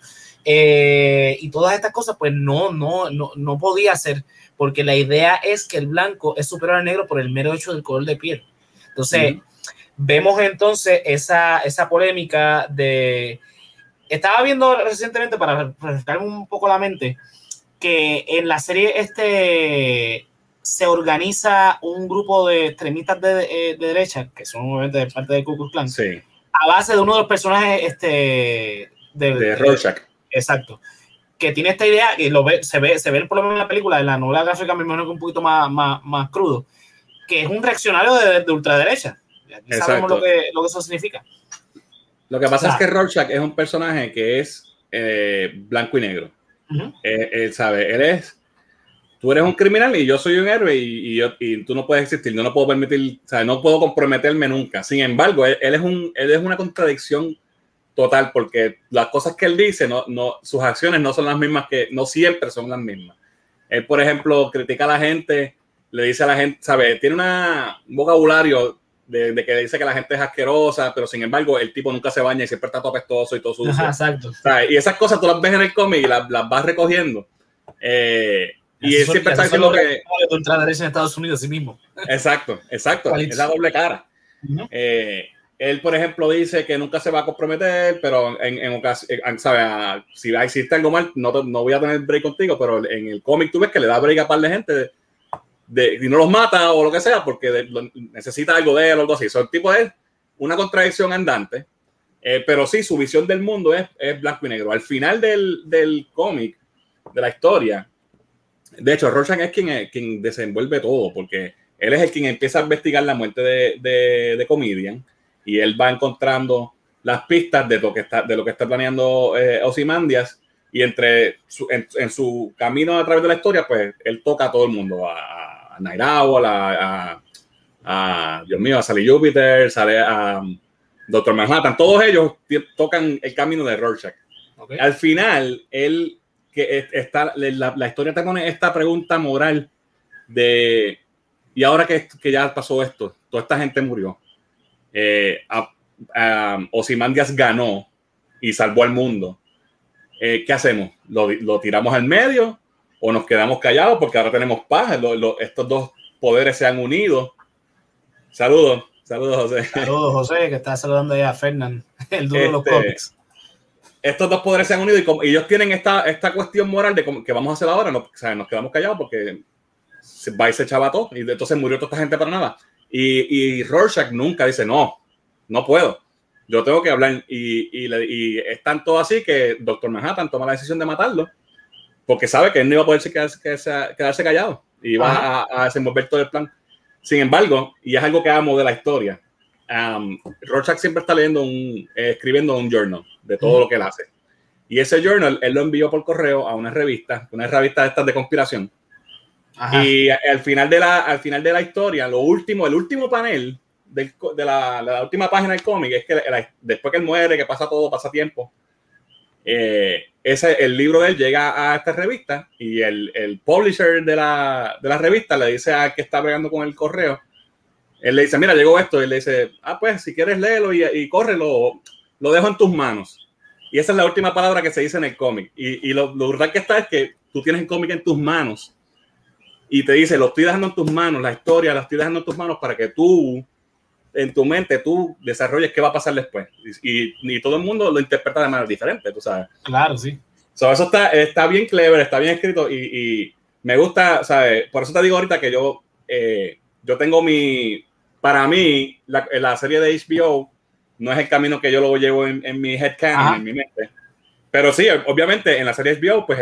Y todas estas cosas, pues no podía ser, porque la idea es que el blanco es superior al negro por el mero hecho del color de piel. Entonces, vemos entonces esa polémica de... Estaba viendo recientemente, para refrescarme un poco la mente, que en la serie se organiza un grupo de extremistas de derecha, que son obviamente de parte del Ku Klux Klan, sí, a base de uno de los personajes de Rorschach. Exacto. Que tiene esta idea, y se ve por lo menos en la película, en la novela gráfica me imagino que un poquito más crudo, que es un reaccionario de ultraderecha. Y aquí sabemos lo que eso significa. Lo que pasa es que Rorschach es un personaje que es blanco y negro. Él sabe, tú eres un criminal y yo soy un héroe y tú no puedes existir, no puedo permitir, o sea, no puedo comprometerme nunca. Sin embargo, él es una contradicción total, porque las cosas que él dice, sus acciones no son las mismas, no siempre son las mismas. Él, por ejemplo, critica a la gente, le dice a la gente, ¿sabe? Tiene un vocabulario de que dice que la gente es asquerosa, pero sin embargo el tipo nunca se baña y siempre está todo apestoso y todo sucio. Ajá, exacto. ¿Sabes? Y esas cosas tú las ves en el cómic y las vas recogiendo. Y él siempre está diciendo que... de ultraderecha en Estados Unidos sí mismo. Exacto. Es la doble cara. Él, por ejemplo, dice que nunca se va a comprometer, pero en ocasión, ¿sabes? Si existe algo mal, no voy a tener break contigo, pero en el cómic tú ves que le da break a par de gente y no los mata o lo que sea porque necesita algo de él o algo así. El tipo es una contradicción andante, pero sí, su visión del mundo es blanco y negro. Al final del cómic, de la historia, de hecho, Rorschach es quien desenvuelve todo, porque él es el quien empieza a investigar la muerte de Comedian, y él va encontrando las pistas de lo que está planeando Ozymandias, y en su camino a través de la historia, pues él toca a todo el mundo, a Night Owl, Dios mío, a Sally Jupiter, sale a Doctor Manhattan, todos ellos tocan el camino de Rorschach. Okay. Al final, la historia te pone esta pregunta moral de, y ahora que ya pasó esto, toda esta gente murió, Ozymandias ganó y salvó al mundo, ¿qué hacemos? ¿Lo tiramos al medio o nos quedamos callados porque ahora tenemos paz? Estos dos poderes se han unido. Saludos José. Saludos José, que está saludando ya a Fernán, el duro de los cómics. Estos dos poderes se han unido y ellos tienen esta cuestión moral de que vamos a hacer ahora. O sea, nos quedamos callados porque se va y se echaba todo y entonces murió toda esta gente para nada. Y Rorschach nunca dice no puedo, yo tengo que hablar, y es tanto así que Doctor Manhattan toma la decisión de matarlo porque sabe que él no iba a poder quedarse callado y va a desenvolver todo el plan. Sin embargo, y es algo que amo de la historia, Rorschach siempre está escribiendo un journal de todo lo que él hace, y ese journal él lo envió por correo a una revista de estas de conspiración. Y al final de la historia, el último panel de la última página del cómic es que después que él muere, que pasa tiempo, el libro de él llega a esta revista y el publisher de la revista le dice a que está bregando con el correo, él le dice, mira, llegó esto, y él le dice, pues si quieres léelo y córrelo, lo dejo en tus manos. Y esa es la última palabra que se dice en el cómic, y lo verdad que está es que tú tienes el cómic en tus manos y te dice, lo estoy dejando en tus manos, la historia la estoy dejando en tus manos para que tú, en tu mente, tú desarrolles qué va a pasar después. Y todo el mundo lo interpreta de manera diferente, tú sabes. Claro, sí. So, eso está bien clever, está bien escrito y me gusta, ¿sabes? Por eso te digo ahorita que yo tengo para mí, la serie de HBO no es el camino que yo lo llevo en mi headcanon, en mi mente. Pero sí, obviamente en la serie HBO, pues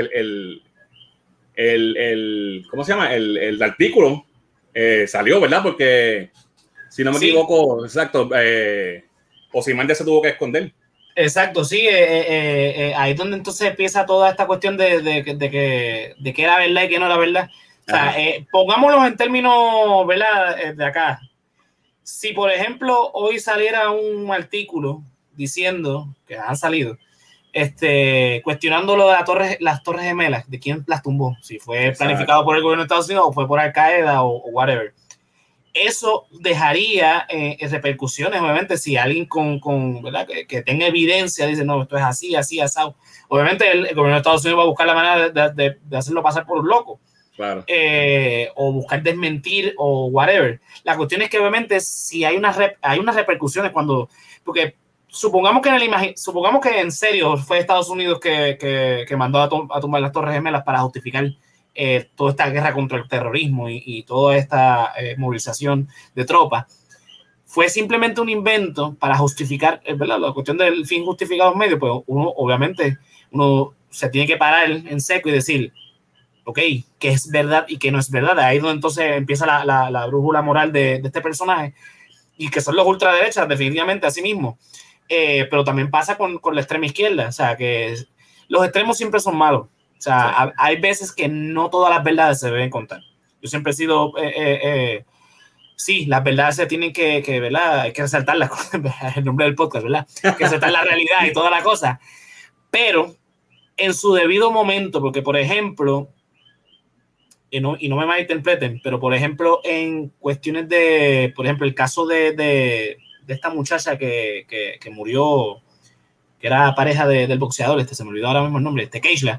¿cómo se llama? El artículo salió, ¿verdad? Porque si no me equivoco, exacto, Ozymandias se tuvo que esconder. Exacto, sí, ahí es donde entonces empieza toda esta cuestión de qué era verdad y qué no era verdad. O sea, pongámoslo en términos, ¿verdad? De acá. Si, por ejemplo, hoy saliera un artículo diciendo, que han salido, cuestionando lo de las torres gemelas, de quién las tumbó, si fue planificado por el gobierno de Estados Unidos o fue por Al Qaeda o whatever. eso dejaría repercusiones, obviamente, si alguien ¿verdad? Que tenga evidencia dice, no, esto es así, asado. Obviamente el gobierno de Estados Unidos va a buscar la manera de hacerlo pasar por un loco. Claro. O buscar desmentir o whatever. La cuestión es que obviamente si hay unas repercusiones porque supongamos que en serio fue Estados Unidos que mandó a tumbar las Torres Gemelas para justificar toda esta guerra contra el terrorismo y toda esta movilización de tropas. Fue simplemente un invento para justificar, ¿verdad? La cuestión del fin justificado en medio, pues obviamente uno se tiene que parar en seco y decir, ok, qué es verdad y qué no es verdad. Ahí es donde entonces empieza la brújula moral de este personaje, y que son los ultraderechas, definitivamente, así mismo. Pero también pasa con la extrema izquierda, o sea, que los extremos siempre son malos. O sea, sí. Hay veces que no todas las verdades se deben contar. Yo siempre he sido, sí, las verdades se tienen que ¿verdad? Hay que resaltarlas, el nombre del podcast, ¿verdad? Que resaltar la realidad y toda la cosa. Pero en su debido momento, porque, por ejemplo, y no me malinterpreten, pero por ejemplo, en cuestiones de, por ejemplo, el caso de esta muchacha que murió, que era pareja del boxeador, se me olvidó ahora mismo el nombre, Keishla.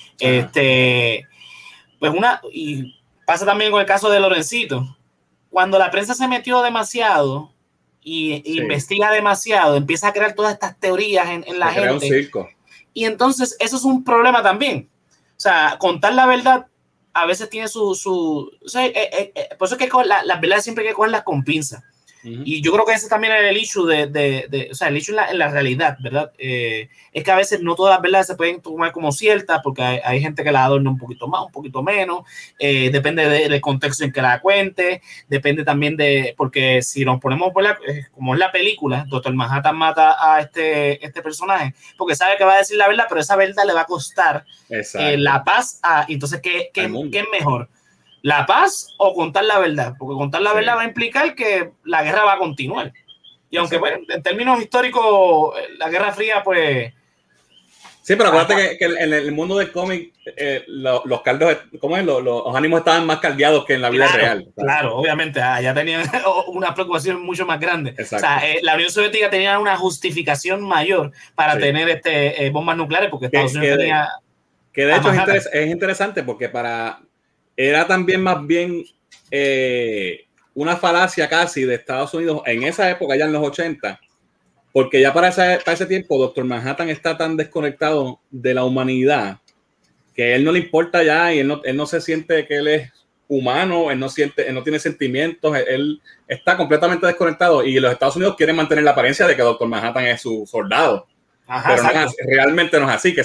Pues y pasa también con el caso de Lorencito. Cuando la prensa se metió demasiado y investiga demasiado, empieza a crear todas estas teorías en la gente. Un circo. Y entonces eso es un problema también. O sea, contar la verdad a veces tiene por eso es que las verdades siempre hay que cogerlas con pinzas. Y yo creo que ese también es el issue o sea, el issue en la realidad, ¿verdad? Es que a veces no todas las verdades se pueden tomar como ciertas, porque hay gente que la adorna un poquito más, un poquito menos, depende del contexto en que la cuente, depende también porque si nos ponemos como es la película, Doctor Manhattan mata a este personaje, porque sabe que va a decir la verdad, pero esa verdad le va a costar la paz. Entonces, ¿qué es mejor? ¿La paz o contar la verdad? Porque contar la verdad va a implicar que la guerra va a continuar. Y aunque, bueno, en términos históricos, la Guerra Fría, pues... Sí, pero acuérdate que en el mundo del cómic, los caldos, ¿cómo es? Los ánimos estaban más caldeados que en la vida real. Claro, obviamente. Allá tenían una preocupación mucho más grande. Exacto. O sea, la Unión Soviética tenía una justificación mayor para tener bombas nucleares, porque Estados Unidos tenía... Que de hecho es interesante porque era también más bien una falacia casi de Estados Unidos en esa época, ya en los 80, porque ya para ese tiempo Doctor Manhattan está tan desconectado de la humanidad que a él no le importa ya, y él no se siente que él es humano, él no tiene sentimientos, él está completamente desconectado, y los Estados Unidos quieren mantener la apariencia de que Doctor Manhattan es su soldado. Pero realmente no es así,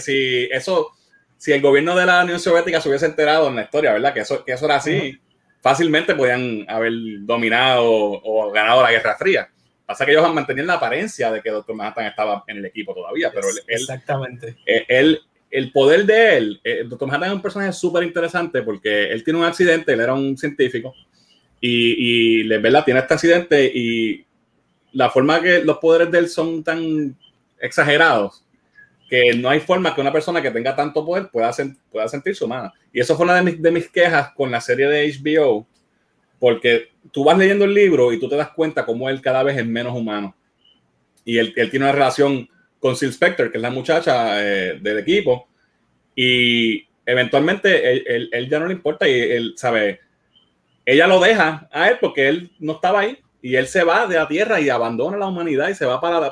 si el gobierno de la Unión Soviética se hubiese enterado en la historia, ¿verdad? Que eso era así, fácilmente podían haber dominado o ganado la Guerra Fría. Pasa que ellos mantenían la apariencia de que Doctor Manhattan estaba en el equipo todavía, pero exactamente. El poder de él, Doctor Manhattan es un personaje súper interesante porque él tiene un accidente, él era un científico, y ¿verdad? Tiene este accidente, y la forma que los poderes de él son tan exagerados que no hay forma que una persona que tenga tanto poder pueda sentirse humana. Y eso fue una de mis quejas con la serie de HBO, porque tú vas leyendo el libro y tú te das cuenta cómo él cada vez es menos humano. Y él tiene una relación con Sil Spector, que es la muchacha del equipo, y eventualmente él ya no le importa, y él sabe, ella lo deja a él porque él no estaba ahí, y él se va de la Tierra y abandona la humanidad y se va para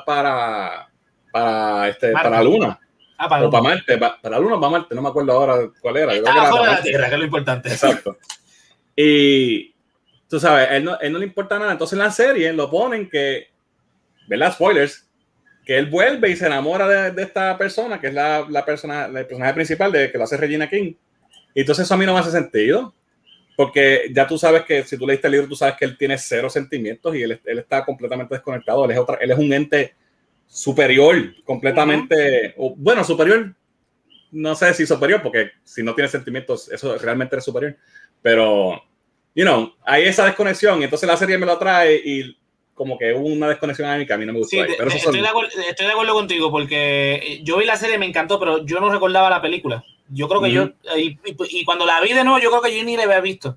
la Luna. Para Marte. Para la Luna o para Marte, no me acuerdo ahora cuál era. Estaba fuera de la Tierra, que es lo importante. Exacto. Y tú sabes, él no le importa nada. Entonces en la serie lo ponen que, ¿verdad? Spoilers, que él vuelve y se enamora de esta persona, que es el personaje principal, que lo hace Regina King. Y entonces eso a mí no me hace sentido, porque ya tú sabes que si tú leíste el libro, tú sabes que él tiene cero sentimientos y él está completamente desconectado. Él es un ente superior, completamente, bueno, superior, no sé si superior, porque si no tiene sentimientos, eso realmente es superior, pero, hay esa desconexión, y entonces la serie me lo trae, y como que hubo una desconexión a mí que a mí no me gustó. Sí, pero estoy de acuerdo contigo, porque yo vi la serie, me encantó, pero yo no recordaba la película. Yo creo que y cuando la vi de nuevo, yo creo que yo ni la había visto.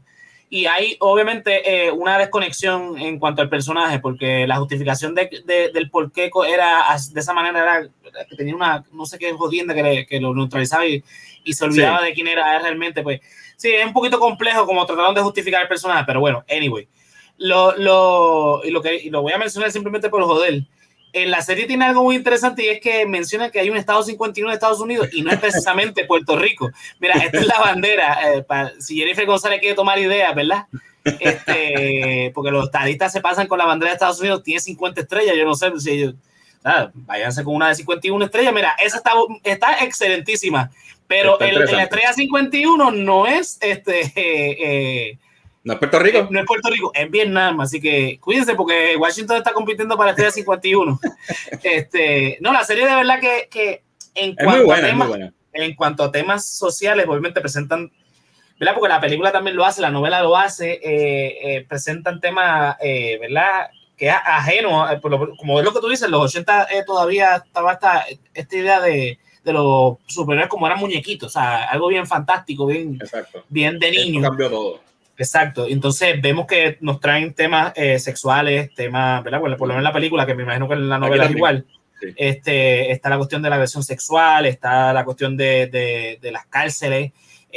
Y hay obviamente una desconexión en cuanto al personaje, porque la justificación del por qué era de esa manera era que tenía una, no sé qué jodienda que lo neutralizaba y se olvidaba de quién era realmente. Pues sí, es un poquito complejo como trataron de justificar el personaje, pero bueno, anyway. Lo voy a mencionar simplemente por joder. En la serie tiene algo muy interesante y es que menciona que hay un estado 51 de Estados Unidos y no es precisamente Puerto Rico. Mira, esta es la bandera. Si Jennifer González quiere tomar ideas, ¿verdad? Porque los estadistas se pasan con la bandera de Estados Unidos, tiene 50 estrellas. Yo no sé si ellos, váyanse con una de 51 estrellas. Mira, esa está excelentísima, pero la estrella 51 no es ¿no es Puerto Rico? No es Puerto Rico, es Vietnam, así que cuídense porque Washington está compitiendo para la estrella 51. No, la serie de verdad que en cuanto a temas sociales, obviamente presentan, ¿verdad? Porque la película también lo hace, la novela lo hace, presentan temas, ¿verdad? Que es ajeno, como es lo que tú dices, en los 80 todavía estaba esta idea de los superhéroes como eran muñequitos, o sea, algo bien fantástico, bien de niño. Esto cambió todo. Exacto, entonces vemos que nos traen temas sexuales, temas, ¿verdad? Bueno, por lo menos en la película, que me imagino que en la novela es igual, sí. Está la cuestión de la agresión sexual, está la cuestión de las cárceles,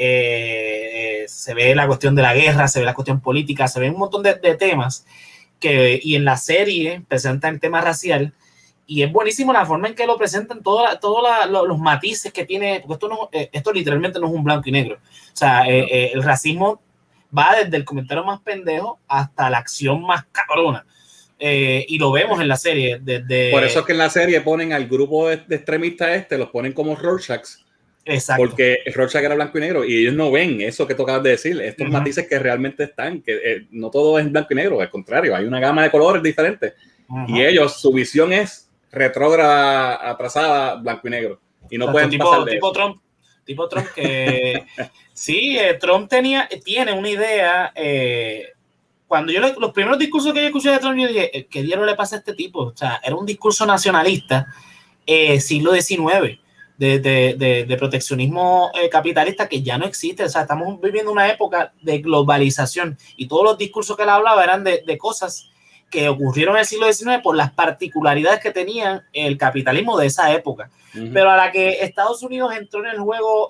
se ve la cuestión de la guerra, se ve la cuestión política, se ve un montón de temas y en la serie presentan el tema racial y es buenísimo la forma en que lo presentan, todos los matices que tiene, porque esto literalmente no es un blanco y negro, o sea, el racismo va desde el comentario más pendejo hasta la acción más cabrona. Y lo vemos en la serie. Por eso es que en la serie ponen al grupo de extremistas los ponen como Rorschach. Exacto. Porque Rorschach era blanco y negro y ellos no ven eso que tú acabas de decir, estos matices que realmente están, que no todo es blanco y negro, al contrario, hay una gama de colores diferentes. Y ellos, su visión es retrógrada, atrasada, blanco y negro. Y no pueden pasar de eso. Tipo Trump que sí, Trump tiene una idea. Cuando yo los primeros discursos que yo escuché de Trump, yo dije, ¿qué diablo le pasa a este tipo? O sea, era un discurso nacionalista siglo XIX de proteccionismo capitalista que ya no existe. O sea, estamos viviendo una época de globalización y todos los discursos que él hablaba eran de cosas que ocurrieron en el siglo XIX por las particularidades que tenía el capitalismo de esa época. Pero a la que Estados Unidos entró en el juego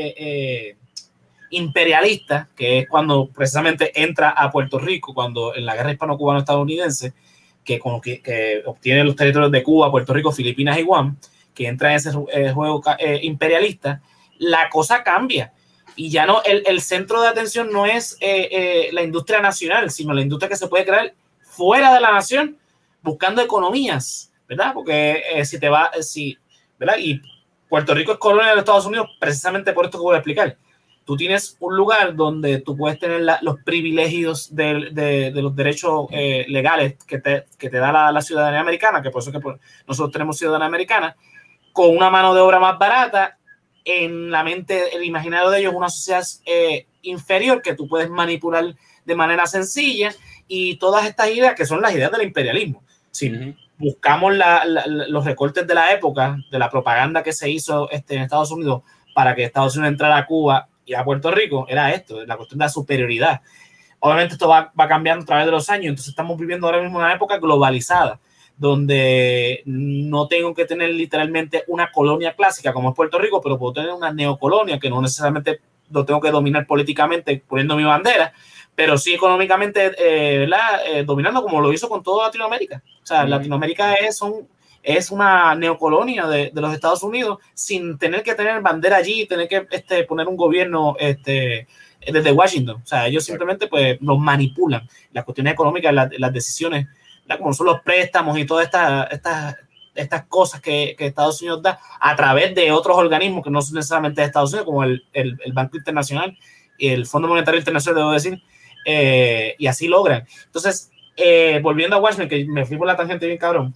imperialista, que es cuando precisamente entra a Puerto Rico, cuando en la guerra hispano-cubano-estadounidense, que obtiene los territorios de Cuba, Puerto Rico, Filipinas y Guam, que entra en ese juego imperialista, la cosa cambia. Y ya no, el centro de atención no es la industria nacional, sino la industria que se puede crear fuera de la nación, buscando economías, ¿verdad? Porque ¿verdad? Y Puerto Rico es colonia de los Estados Unidos precisamente por esto que voy a explicar. Tú tienes un lugar donde tú puedes tener los privilegios de los derechos legales que te da la ciudadanía americana, que por eso que nosotros tenemos ciudadanía americana, con una mano de obra más barata. En la mente, el imaginario de ellos es una sociedad inferior que tú puedes manipular de manera sencilla y todas estas ideas que son las ideas del imperialismo. Si buscamos los recortes de la época, de la propaganda que se hizo en Estados Unidos para que Estados Unidos entrara a Cuba y a Puerto Rico, era esto, la cuestión de la superioridad. Obviamente esto va cambiando a través de los años, entonces estamos viviendo ahora mismo una época globalizada, donde no tengo que tener literalmente una colonia clásica como es Puerto Rico, pero puedo tener una neocolonia que no necesariamente lo tengo que dominar políticamente poniendo mi bandera, pero sí económicamente dominando como lo hizo con toda Latinoamérica. O sea, Latinoamérica es una neocolonia de los Estados Unidos sin tener que tener bandera allí, tener que poner un gobierno desde Washington. O sea, ellos simplemente pues los manipulan. Las cuestiones económicas, las decisiones, como son los préstamos y todas estas cosas que Estados Unidos da a través de otros organismos que no son necesariamente de Estados Unidos, como el Banco Internacional y el Fondo Monetario Internacional, debo decir, y así logran. Entonces, volviendo a Watchmen, que me fui por la tangente bien cabrón,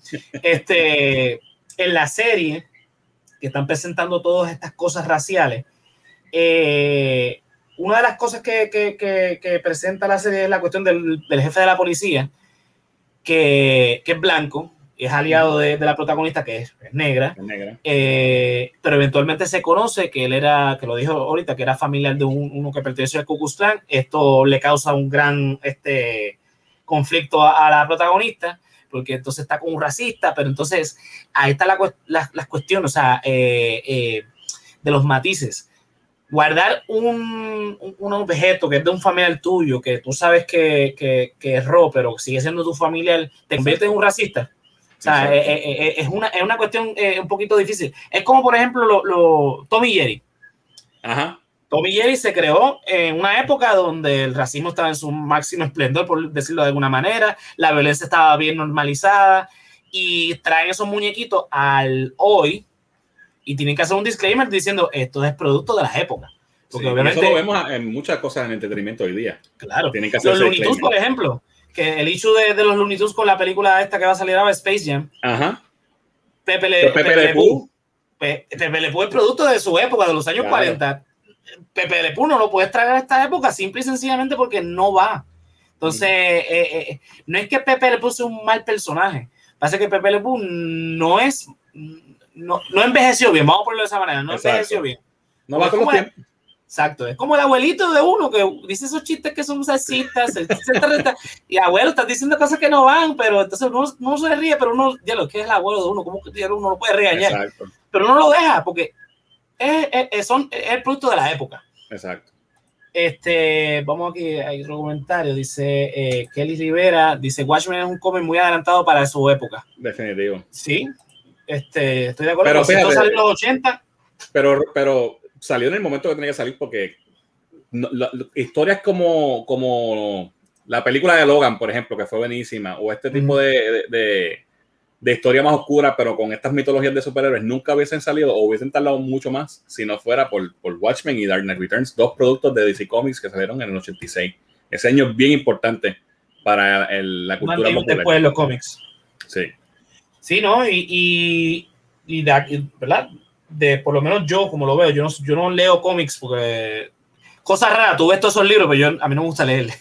en la serie que están presentando todas estas cosas raciales, una de las cosas que presenta la serie es la cuestión del jefe de la policía, que es blanco, es aliado de la protagonista, que es negra, pero eventualmente se conoce que él era, que lo dijo ahorita, que era familiar de uno que perteneció al Ku Klux Klan. Esto le causa un gran conflicto a la protagonista, porque entonces está con un racista, pero entonces ahí está la cuestión, o sea, de los matices. Guardar un objeto que es de un familiar tuyo, que tú sabes que erró, pero sigue siendo tu familiar, te convierte en un racista. O sea, es una cuestión un poquito difícil. Es como, por ejemplo, Tom y Jerry. Ajá. Tom y Jerry se creó en una época donde el racismo estaba en su máximo esplendor, por decirlo de alguna manera, la violencia estaba bien normalizada, y traen esos muñequitos al hoy, y tienen que hacer un disclaimer diciendo esto es producto de las épocas. Porque obviamente, eso lo vemos en muchas cosas en entretenimiento hoy día. Claro. Tienen que hacer los Looney Tunes, por ejemplo, que el issue de los Looney Tunes con la película esta que va a salir ahora, Space Jam. Ajá. Pepe Le Pew es producto de su época, de los años 40. Pepe Le Pew no lo puedes traer a esta época simple y sencillamente porque no va. Entonces, no es que Pepe Le Pew sea un mal personaje. Pasa que Pepe Le Pew no envejeció bien, vamos a ponerlo de esa manera, no envejeció bien. No va con los tiempos. Exacto, es como el abuelito de uno que dice esos chistes que son salsitas, y abuelo, estás diciendo cosas que no van, pero entonces uno se ríe, pero uno, ya lo que es el abuelo de uno, como que uno lo puede regañar. Exacto. Pero uno lo deja porque es el producto de la época. Exacto. Vamos aquí, hay otro comentario, dice Kelly Rivera, dice Watchmen es un cómic muy adelantado para su época. Definitivo. Sí, estoy de acuerdo, pero fíjate, esto salió en los 80. Pero salió en el momento que tenía que salir, porque historias como la película de Logan, por ejemplo, que fue buenísima, o este tipo de historia más oscura, pero con estas mitologías de superhéroes, nunca hubiesen salido o hubiesen tardado mucho más si no fuera por Watchmen y Dark Knight Returns, dos productos de DC Comics que salieron en el 86. Ese año es bien importante para la cultura popular. Después de los cómics. Sí. Sí, ¿no? Y ¿verdad? Por lo menos yo, como lo veo, yo no leo cómics porque cosas raras, tú ves todos esos libros, pero a mí no me gusta leer.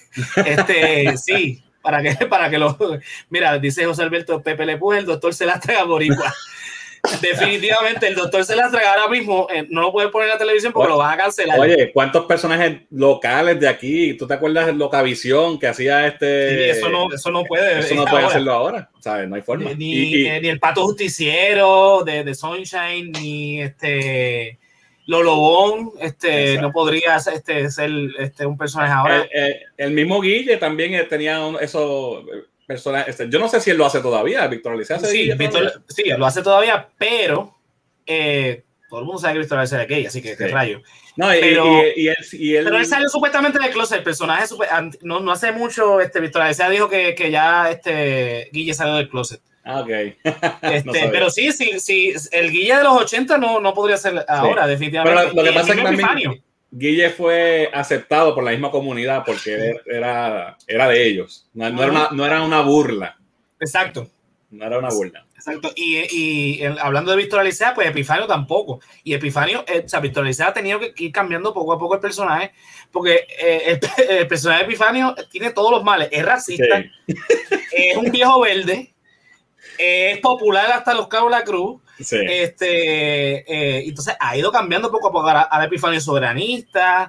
Sí, para que lo... Mira, dice José Alberto, Pepe Le Pew, el doctor se las traga boricua. Definitivamente, el doctor se las traga ahora mismo, no lo puedes poner en la televisión porque lo van a cancelar. Oye, ¿cuántos personajes locales de aquí? ¿Tú te acuerdas de Locavisión que hacía Sí, eso no puede. Eso no puede hacerlo ahora, ¿sabes? No hay forma. Ni el Pato Justiciero de Sunshine, ni Lolobón, no podría ser un personaje ahora. El mismo Guille también tenía eso... personaje. Yo no sé si él lo hace todavía. Víctor Alicea sí, él lo hace todavía, pero todo el mundo sabe que Víctor Alicea es gay, así que qué rayo. No, pero él salió supuestamente del closet. El personaje no hace mucho. Víctor Alicea dijo que ya Guille salió del closet. Ok. Pero sí, el Guille de los 80 no podría ser ahora, definitivamente. Pero lo que pasa es que también Guille fue aceptado por la misma comunidad porque era de ellos. No era una burla. Exacto. No era una burla. Exacto. Y hablando de Víctor Alicea, pues Epifanio tampoco. Y Epifanio, Víctor Alicea ha tenido que ir cambiando poco a poco el personaje, porque el personaje de Epifanio tiene todos los males. Es racista, es un viejo verde, es popular hasta los Cabos de la Cruz. Sí. Entonces ha ido cambiando poco a poco a la Epifanio soberanista.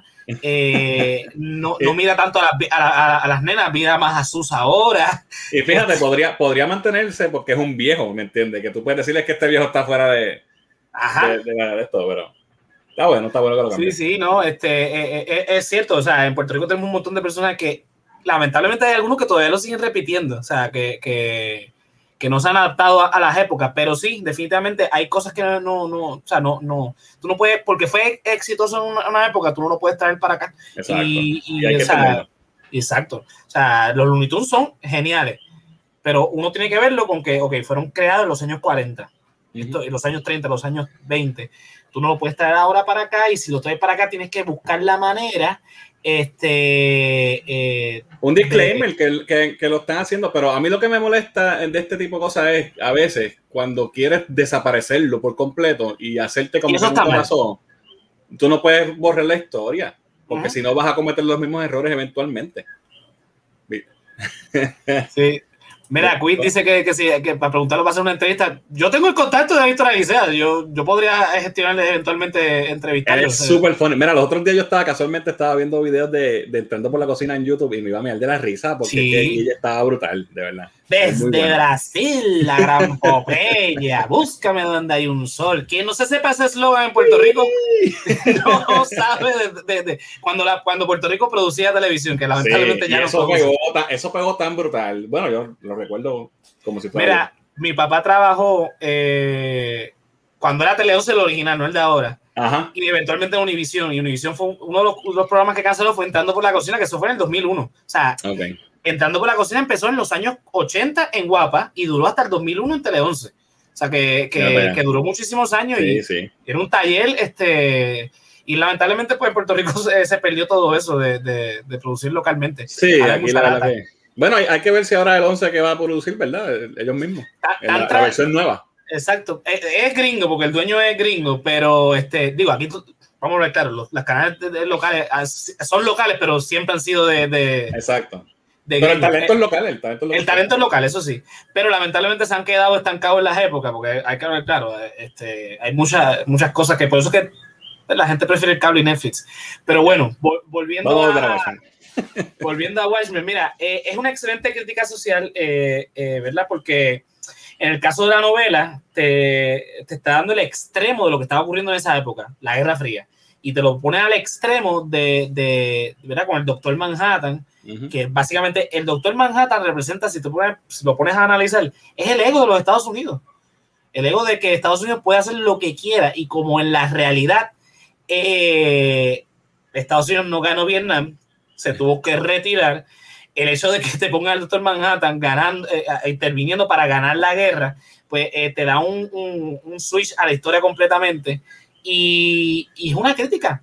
No mira tanto a las nenas, mira más a sus ahora. Y fíjate, podría mantenerse porque es un viejo, ¿me entiendes? Que tú puedes decirle que este viejo está fuera de esto, pero está bueno que lo cambie. Sí, no, es cierto, o sea, en Puerto Rico tenemos un montón de personas que lamentablemente hay algunos que todavía lo siguen repitiendo, o sea, que no se han adaptado a las épocas, pero sí, definitivamente hay cosas que tú no puedes, porque fue exitoso en una época, tú no lo puedes traer para acá. Exacto. Y hay que tenerlo. Exacto. O sea, los Looney Tunes son geniales, pero uno tiene que verlo con que, fueron creados en los años 40, en los años 30, los años 20. Tú no lo puedes traer ahora para acá, y si lo traes para acá tienes que buscar la manera. Un disclaimer que lo están haciendo, pero a mí lo que me molesta de este tipo de cosas es a veces cuando quieres desaparecerlo por completo y hacerte como que un corazón, tú no puedes borrar la historia, porque si no vas a cometer los mismos errores eventualmente. Sí. Mira, Quinn dice que para preguntarlo para hacer una entrevista. Yo tengo el contacto de Víctor Alicea. Yo podría gestionarle eventualmente entrevistarlo. Es súper funny. Mira, los otros días yo casualmente estaba viendo videos de Entrando por la Cocina en YouTube y me iba a mirar de la risa porque sí. es que ella estaba brutal, de verdad. Desde Brasil, la gran Popeye, búscame donde hay un sol. Quien no se sepa ese eslogan en Puerto Rico no sabe cuando Puerto Rico producía televisión, que lamentablemente ya no eso pegó tan brutal. Bueno, yo lo recuerdo como si fuera. Mira, mi papá trabajó cuando era Tele 11 el original, no el de ahora. Ajá. Y eventualmente Univision. Y Univision fue uno de los programas que canceló, fue Entrando por la Cocina, que eso fue en el 2001. O sea, Entrando por la Cocina empezó en los años 80 en Guapa y duró hasta el 2001 en Tele 11. O sea, que duró muchísimos años y era un taller. Y lamentablemente, pues en Puerto Rico se perdió todo eso de producir localmente. Sí, aquí la verdad que... Bueno, hay que ver si ahora el 11 que va a producir, ¿verdad? Ellos mismos. La versión nueva. Exacto. Es gringo, porque el dueño es gringo, pero digo, aquí vamos a ver, claro, las canales locales son locales, pero siempre han sido de Exacto. Pero el talento es local. El talento es local, eso sí. Pero lamentablemente se han quedado estancados en las épocas, porque hay que ver, claro, hay muchas cosas que por eso es que la gente prefiere el cable y Netflix. Pero bueno, volviendo a Watchmen, mira, es una excelente crítica social, ¿verdad? Porque en el caso de la novela te está dando el extremo de lo que estaba ocurriendo en esa época, la Guerra Fría, y te lo pone al extremo de ¿verdad? Con el Doctor Manhattan, que básicamente el Doctor Manhattan representa, si lo pones a analizar, es el ego de los Estados Unidos, el ego de que Estados Unidos puede hacer lo que quiera, y como en la realidad Estados Unidos no ganó Vietnam, se tuvo que retirar. El hecho de que te ponga el Doctor Manhattan interviniendo para ganar la guerra, pues te da un switch a la historia completamente, y es una crítica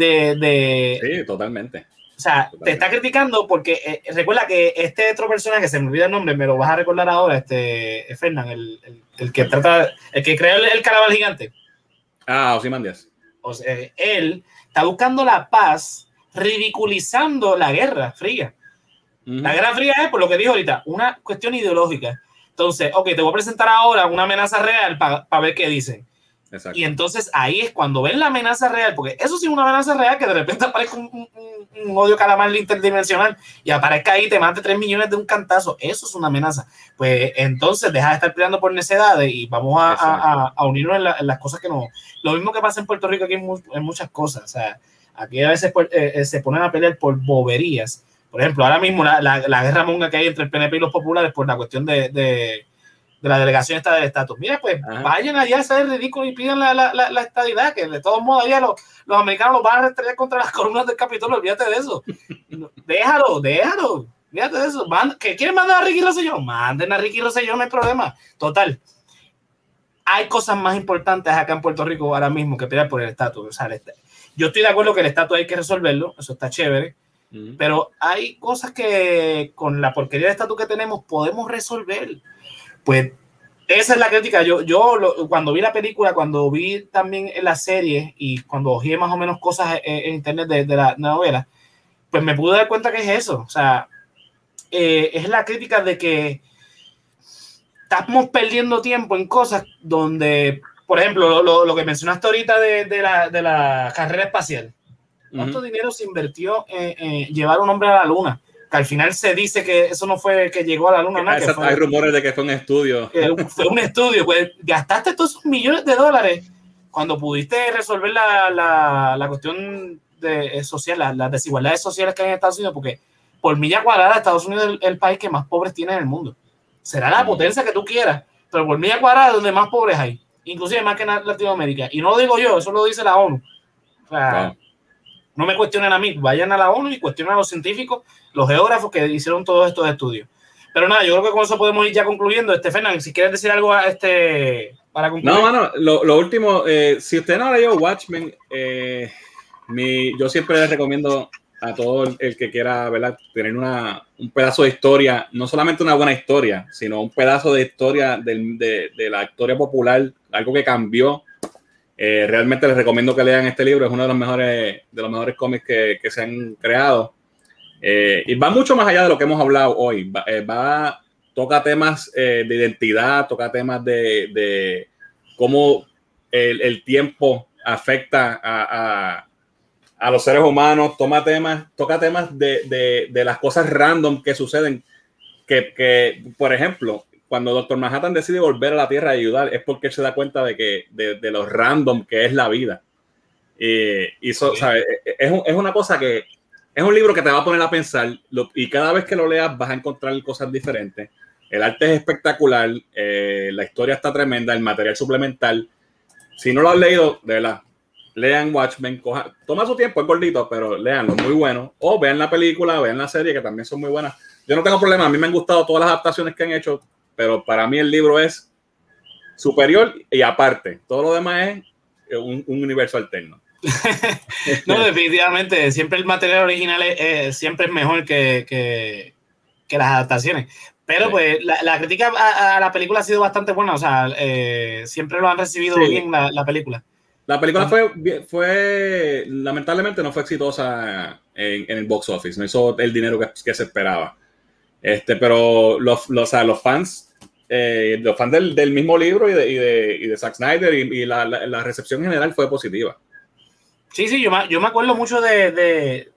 sí, totalmente. O sea, te está criticando porque recuerda que este otro personaje, que se me olvida el nombre, me lo vas a recordar ahora, Fernan, el que crea el caraval gigante. Ozymandias. O sea, él está buscando la paz, ridiculizando la Guerra Fría. La Guerra Fría es, por lo que dijo ahorita, una cuestión ideológica. Entonces, te voy a presentar ahora una amenaza real para ver qué dicen. Exacto. Y entonces ahí es cuando ven la amenaza real, porque eso sí es una amenaza real, que de repente aparezca un odio calamar interdimensional y aparezca ahí y te mate 3 millones de un cantazo. Eso es una amenaza. Pues entonces deja de estar peleando por necedades y vamos a unirnos en las cosas que no. Lo mismo que pasa en Puerto Rico aquí en muchas cosas. O sea, aquí a veces se ponen a pelear por boberías. Por ejemplo, ahora mismo la guerra monga que hay entre el PNP y los populares por la cuestión de la delegación esta del estatus. Mira, pues vayan allá a hacer ridículo y pidan la estadidad, que de todos modos allá los americanos los van a restregar contra las columnas del Capitolio. Olvídate de eso. Déjalo. Olvídate de eso. ¿Que quieren mandar a Ricky Rosselló? Manden a Ricky Rosselló, no hay problema. Total. Hay cosas más importantes acá en Puerto Rico ahora mismo que pelear por el estatus. O sea, yo estoy de acuerdo que el estatus hay que resolverlo, eso está chévere. Pero hay cosas que con la porquería de estatus que tenemos podemos resolver. Pues esa es la crítica. Yo cuando vi la película, cuando vi también en la serie y cuando oí más o menos cosas en internet de la novela, pues me pude dar cuenta que es eso. O sea, es la crítica de que estamos perdiendo tiempo en cosas donde, por ejemplo, lo que mencionaste ahorita de la carrera espacial. ¿Cuánto dinero se invirtió en llevar un hombre a la luna? Que al final se dice que eso no fue que llegó a la luna. Hay rumores de que fue un estudio. Fue un estudio. Pues gastaste todos esos millones de dólares cuando pudiste resolver la cuestión social, las desigualdades sociales que hay en Estados Unidos, porque por milla cuadrada Estados Unidos es el país que más pobres tiene en el mundo. Será la potencia que tú quieras, pero por milla cuadrada es donde más pobres hay, inclusive más que en Latinoamérica. Y no lo digo yo, eso lo dice la ONU. O sea, no me cuestionen a mí, vayan a la ONU y cuestionen a los científicos, los geógrafos que hicieron todos estos estudios. Pero nada, yo creo que con eso podemos ir ya concluyendo. Fernan, si quieres decir algo para concluir. No, mano, lo último, si usted no leyó Watchmen, yo siempre les recomiendo a todo el que quiera, ¿verdad?, tener un pedazo de historia, no solamente una buena historia, sino un pedazo de historia de la historia popular, algo que cambió. Realmente les recomiendo que lean este libro. Es uno de los mejores cómics que se han creado, y va mucho más allá de lo que hemos hablado hoy. toca temas de identidad, toca temas de cómo el tiempo afecta a los seres humanos, toca temas de las cosas random que suceden, que por ejemplo, cuando Doctor Manhattan decide volver a la Tierra a ayudar, es porque él se da cuenta de lo random que es la vida. ¿Sabes? Es una cosa que es un libro que te va a poner a pensar, y cada vez que lo leas vas a encontrar cosas diferentes. El arte es espectacular, la historia está tremenda, el material suplemental. Si no lo has leído, de verdad, lean Watchmen, toma su tiempo, es gordito, pero leanlo, muy bueno. O vean la película, vean la serie, que también son muy buenas. Yo no tengo problema, a mí me han gustado todas las adaptaciones que han hecho, pero para mí el libro es superior y aparte. Todo lo demás es un universo alterno. No, definitivamente, siempre el material original siempre es mejor que las adaptaciones. Pero sí, pues la crítica a la película ha sido bastante buena, o sea, siempre lo han recibido bien la película. La película fue lamentablemente no fue exitosa en el box office, no hizo el dinero que se esperaba. Pero los fans del mismo libro y de Zack Snyder y la recepción general fue positiva. Sí, yo me acuerdo mucho del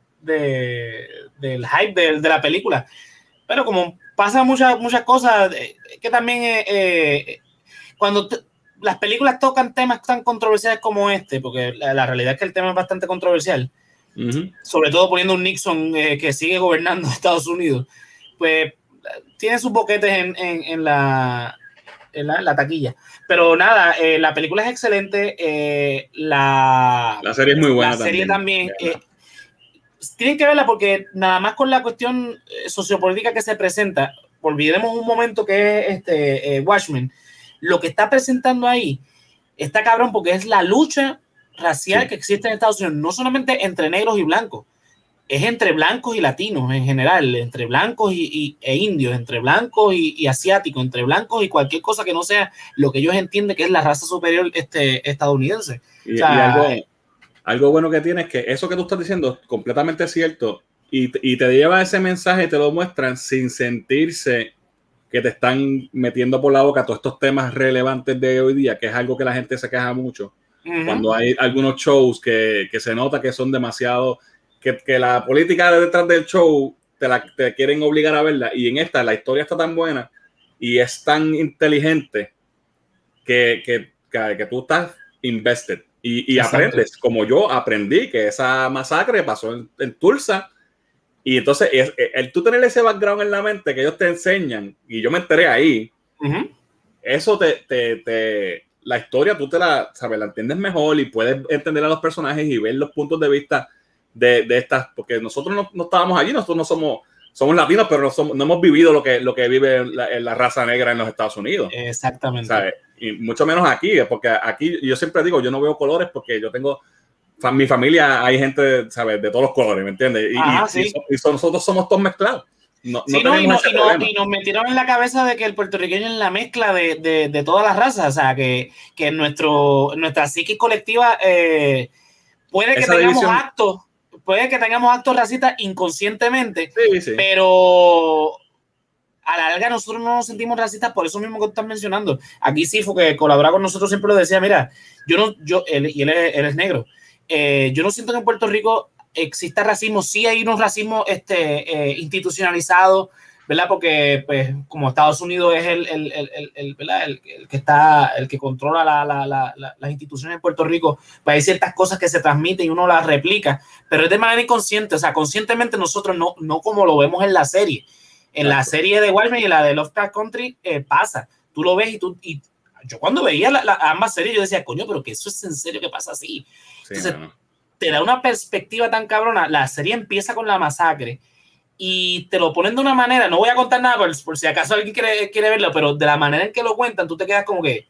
hype de la película, pero como pasan muchas cosas, que también cuando las películas tocan temas tan controversiales como porque la realidad es que el tema es bastante controversial, sobre todo poniendo un Nixon que sigue gobernando Estados Unidos, pues tiene sus boquetes en la taquilla. Pero nada, la película es excelente. La serie es muy buena. La serie también. Tienen que verla porque nada más con la cuestión sociopolítica que se presenta, olvidemos un momento que es Watchmen. Lo que está presentando ahí está cabrón porque es la lucha racial que existe en Estados Unidos, no solamente entre negros y blancos, es entre blancos y latinos en general, entre blancos e indios, entre blancos y asiáticos, entre blancos y cualquier cosa que no sea lo que ellos entienden que es la raza superior estadounidense. O sea, y algo bueno que tiene es que eso que tú estás diciendo es completamente cierto y te lleva ese mensaje y te lo muestran sin sentirse que te están metiendo por la boca todos estos temas relevantes de hoy día, que es algo que la gente se queja mucho. Cuando hay algunos shows que se nota que son demasiado... Que la política detrás del show te quieren obligar a verla, y en esta la historia está tan buena y es tan inteligente que tú estás invested y aprendes, como yo aprendí que esa masacre pasó en Tulsa, y entonces tú tener ese background en la mente que ellos te enseñan, y yo me enteré ahí, eso la historia tú la entiendes mejor y puedes entender a los personajes y ver los puntos de vista de estas, porque nosotros no estábamos allí, nosotros no somos latinos, pero no hemos vivido lo que vive la raza negra en los Estados Unidos. Exactamente. ¿Sabes? Y mucho menos aquí, porque aquí yo siempre digo, yo no veo colores porque yo tengo, mi familia hay gente, ¿sabes? De todos los colores, ¿me entiendes? Y nosotros somos todos mezclados. Y nos metieron en la cabeza de que el puertorriqueño es la mezcla de todas las razas, o sea, que nuestra psiquis colectiva puede que tengamos actos racistas inconscientemente, pero a la larga nosotros no nos sentimos racistas por eso mismo que estás mencionando. Aquí sí fue que colabora con nosotros, siempre lo decía, mira, él es negro. Yo no siento que en Puerto Rico exista racismo, sí hay unos racismos institucionalizados, ¿verdad? Porque pues como Estados Unidos es el que controla las instituciones en Puerto Rico, pues hay ciertas cosas que se transmiten y uno las replica, pero es de manera inconsciente, o sea, conscientemente nosotros no como lo vemos en la serie. En la serie de Watchmen y la de Lovecraft Country pasa, tú lo ves y yo cuando veía ambas series yo decía, coño, pero que eso es en serio que pasa así. Entonces, te da una perspectiva tan cabrona. La serie empieza con la masacre y te lo ponen de una manera, no voy a contar nada por si acaso alguien quiere verlo, pero de la manera en que lo cuentan, tú te quedas como que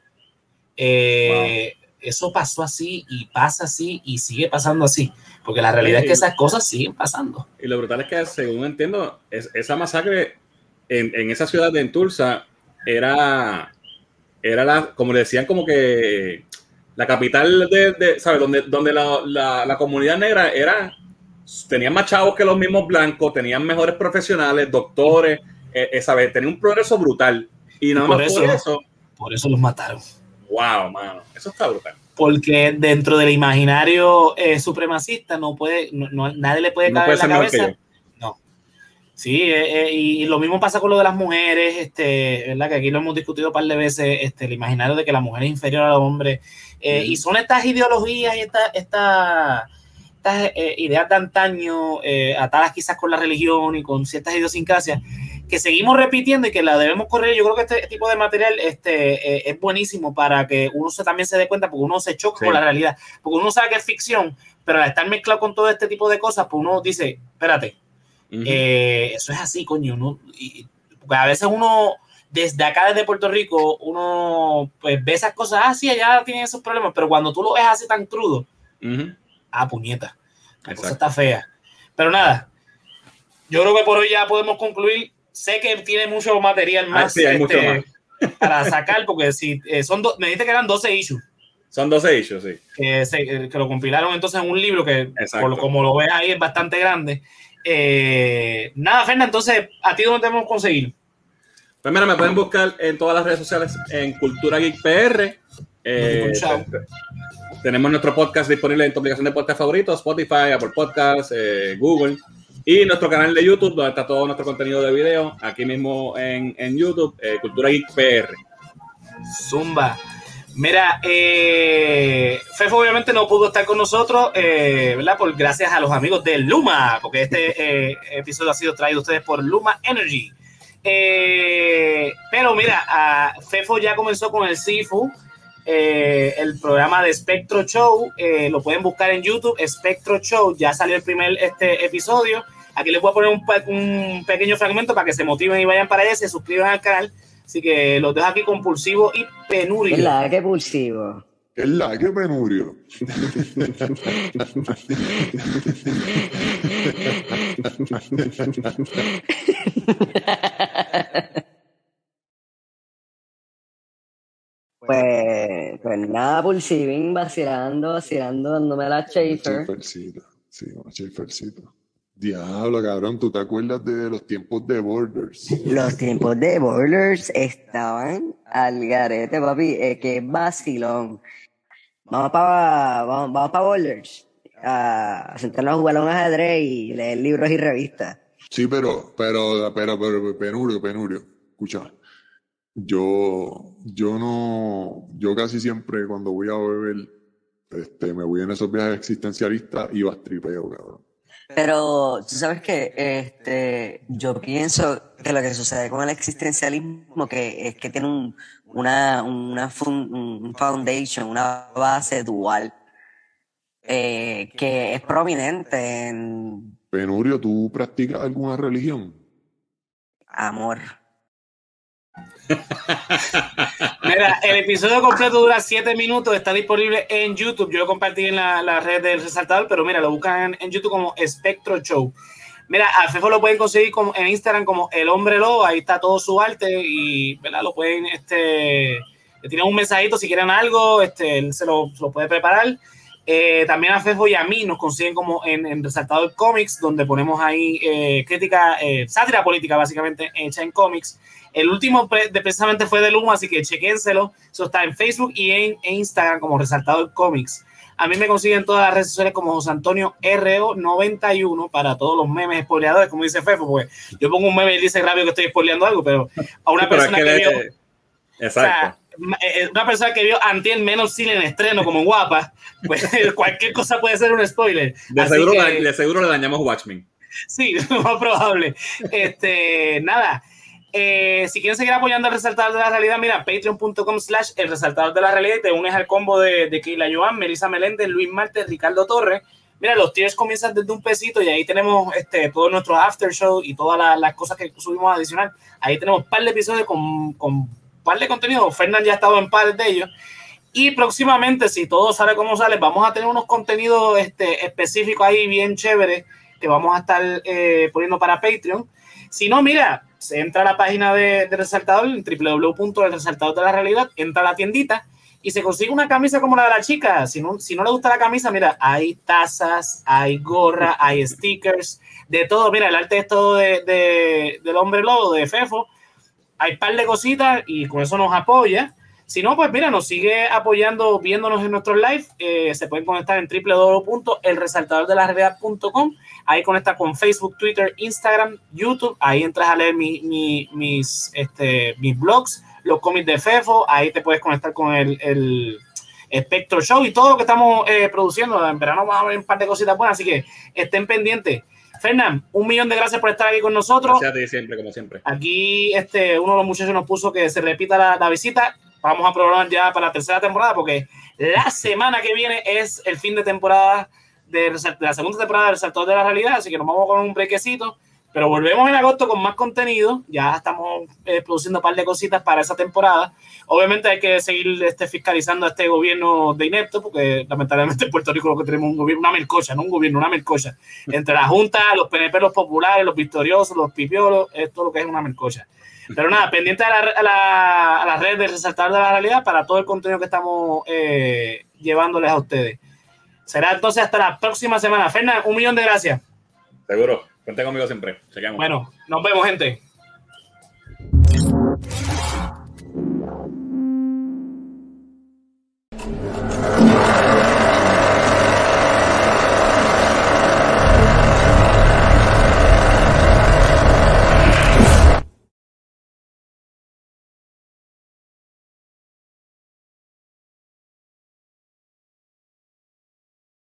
eso pasó así y pasa así y sigue pasando así, porque la realidad es que esas cosas siguen pasando. Y lo brutal es que, según entiendo, esa masacre en esa ciudad de Tulsa era como le decían, como que la capital ¿sabes? Donde la comunidad negra tenían más chavos que los mismos blancos, tenían mejores profesionales, doctores, ¿sabes? Tenía un progreso brutal. Y nada más por eso los mataron. Wow, mano. Eso está brutal. Porque dentro del imaginario supremacista nadie le puede caber en la cabeza. No. Sí, y lo mismo pasa con lo de las mujeres, ¿verdad? Que aquí lo hemos discutido un par de veces, el imaginario de que la mujer es inferior al hombre. Y son estas ideologías y estas ideas de antaño, atadas quizás con la religión y con ciertas idiosincrasias, que seguimos repitiendo y que la debemos correr. Yo creo que este tipo de material es buenísimo para que uno también se dé cuenta, porque uno se choca con la realidad, porque uno sabe que es ficción, pero al estar mezclado con todo este tipo de cosas, pues uno dice, espérate, eso es así, coño, ¿no? Porque a veces uno, desde acá, desde Puerto Rico, uno pues ve esas cosas, sí, allá tienen esos problemas, pero cuando tú lo ves así tan crudo, puñeta, la cosa está fea. Pero nada, yo creo que por hoy ya podemos concluir. Sé que tiene mucho material más, hay mucho más para sacar, porque si me dijiste que eran 12 issues. Son 12 issues, sí. Que lo compilaron entonces en un libro que, como lo ves ahí, es bastante grande. Nada, Fernan, entonces, ¿a ti dónde tenemos que conseguir? Pues mira, me pueden buscar en todas las redes sociales en Cultura Geek PR. Tenemos nuestro podcast disponible en tu aplicación de podcast favorito, Spotify, Apple Podcasts, Google. Y nuestro canal de YouTube, donde está todo nuestro contenido de video, aquí mismo en YouTube, Cultura Geek PR. Zumba. Mira, Fefo obviamente no pudo estar con nosotros, ¿verdad? Gracias a los amigos de Luma, porque este episodio ha sido traído a ustedes por Luma Energy. Pero mira, Fefo ya comenzó con el Sifu, el programa de Spectro Show. Lo pueden buscar en YouTube, Spectro Show. Ya salió el primer episodio. Aquí les voy a poner un pequeño fragmento para que se motiven y vayan para allá, se suscriban al canal. Así que los dejo aquí con Pulsivo y Penurio. ¿Qué es la que Pulsivo? ¿Qué es la que Penurio? Pues nada, Pulsivin, vacilando, dándome la Schaefer. Sí, una Schaefercito. Diablo, cabrón, ¿tú te acuerdas de los tiempos de Borders? Los tiempos de Borders estaban al garete, papi, que vacilón. Vamos para Borders, a sentarnos a jugar a un ajedrez y leer libros y revistas. Sí, pero Penurio, escucha. Yo casi siempre cuando voy a beber, me voy en esos viajes existencialistas y bastripeo, cabrón. Pero tú sabes que yo pienso que lo que sucede con el existencialismo es que tiene un foundation, una base dual, que es prominente en... Penurio, ¿tú practicas alguna religión? Amor. Mira, el episodio completo dura 7 minutos, está disponible en YouTube. Yo lo compartí en la red del Resaltador, pero mira, lo buscan en YouTube como Spectro Show. Mira, a Fefo lo pueden conseguir en Instagram como El Hombre Lobo, ahí está todo su arte y, ¿verdad? Lo pueden, le tienen un mensajito si quieren algo, él se lo puede preparar. También a Fefo y a mí nos consiguen como en Resaltador Comics, donde ponemos ahí crítica, sátira política básicamente hecha en cómics. El último precisamente fue de Luma, así que chequénselo. Eso está en Facebook y en Instagram como Resaltador Comics. A mí me consiguen todas las redes sociales como José Antonio RO91 para todos los memes spoileadores, como dice Fefo, porque yo pongo un meme y dice rápido que estoy spoileando algo, pero a una persona que vio... Exacto. O sea, una persona que vio antier Men of Steel en estreno como en Guapa, pues cualquier cosa puede ser un spoiler. De seguro le dañamos Watchmen. Sí, lo más probable. Nada. Si quieren seguir apoyando al Resaltador de la Realidad, mira, patreon.com/el Resaltador de la Realidad y te unes al combo de Keila Joan, Melissa Meléndez, Luis Martes, Ricardo Torres. Mira, los tiers comienzan desde $1 y ahí tenemos todos nuestros after show y todas las cosas que subimos adicional. Ahí tenemos un par de episodios con un par de contenidos. Fernan ya ha estado en par de ellos. Y próximamente, si todo sale como sale, vamos a tener unos contenidos específicos ahí bien chéveres que vamos a estar poniendo para Patreon. Si no, mira, se entra a la página de Resaltador, en www.elresaltador de la realidad, entra a la tiendita y se consigue una camisa como la de la chica. Si no le gusta la camisa, mira, hay tazas, hay gorra, hay stickers, de todo. Mira, el arte es todo del hombre lobo, de Fefo. Hay un par de cositas y con eso nos apoya. Si no, pues mira, nos sigue apoyando viéndonos en nuestros live. Se pueden conectar en www.elresaltadordelarrealidad.com. Ahí conecta con Facebook, Twitter, Instagram, YouTube. Ahí entras a leer mis blogs, los cómics de Fefo. Ahí te puedes conectar con el Spectro Show y todo lo que estamos produciendo. En verano vamos a ver un par de cositas buenas, así que estén pendientes. Fernán, 1.000.000 de gracias por estar aquí con nosotros. Gracias a ti siempre, como siempre. Aquí uno de los muchachos nos puso que se repita la visita. Vamos a programar ya para la tercera temporada porque la semana que viene es el fin de temporada de la segunda temporada del Resaltador de la Realidad, así que nos vamos con un brequecito, pero volvemos en agosto con más contenido. Ya estamos produciendo un par de cositas para esa temporada. Obviamente hay que seguir fiscalizando a este gobierno de inepto, porque lamentablemente en Puerto Rico lo que tenemos es un gobierno, una melcocha, no un gobierno, una melcocha. Entre la Junta, los PNP, los populares, los victoriosos, los pipiolos, esto lo que es una melcocha. Pero nada, pendiente a las redes de Resaltador de la Realidad para todo el contenido que estamos llevándoles a ustedes. Será entonces hasta la próxima semana. Fernan, 1.000.000 de gracias. Seguro. Cuenten conmigo siempre. Chequeamos. Bueno, nos vemos, gente.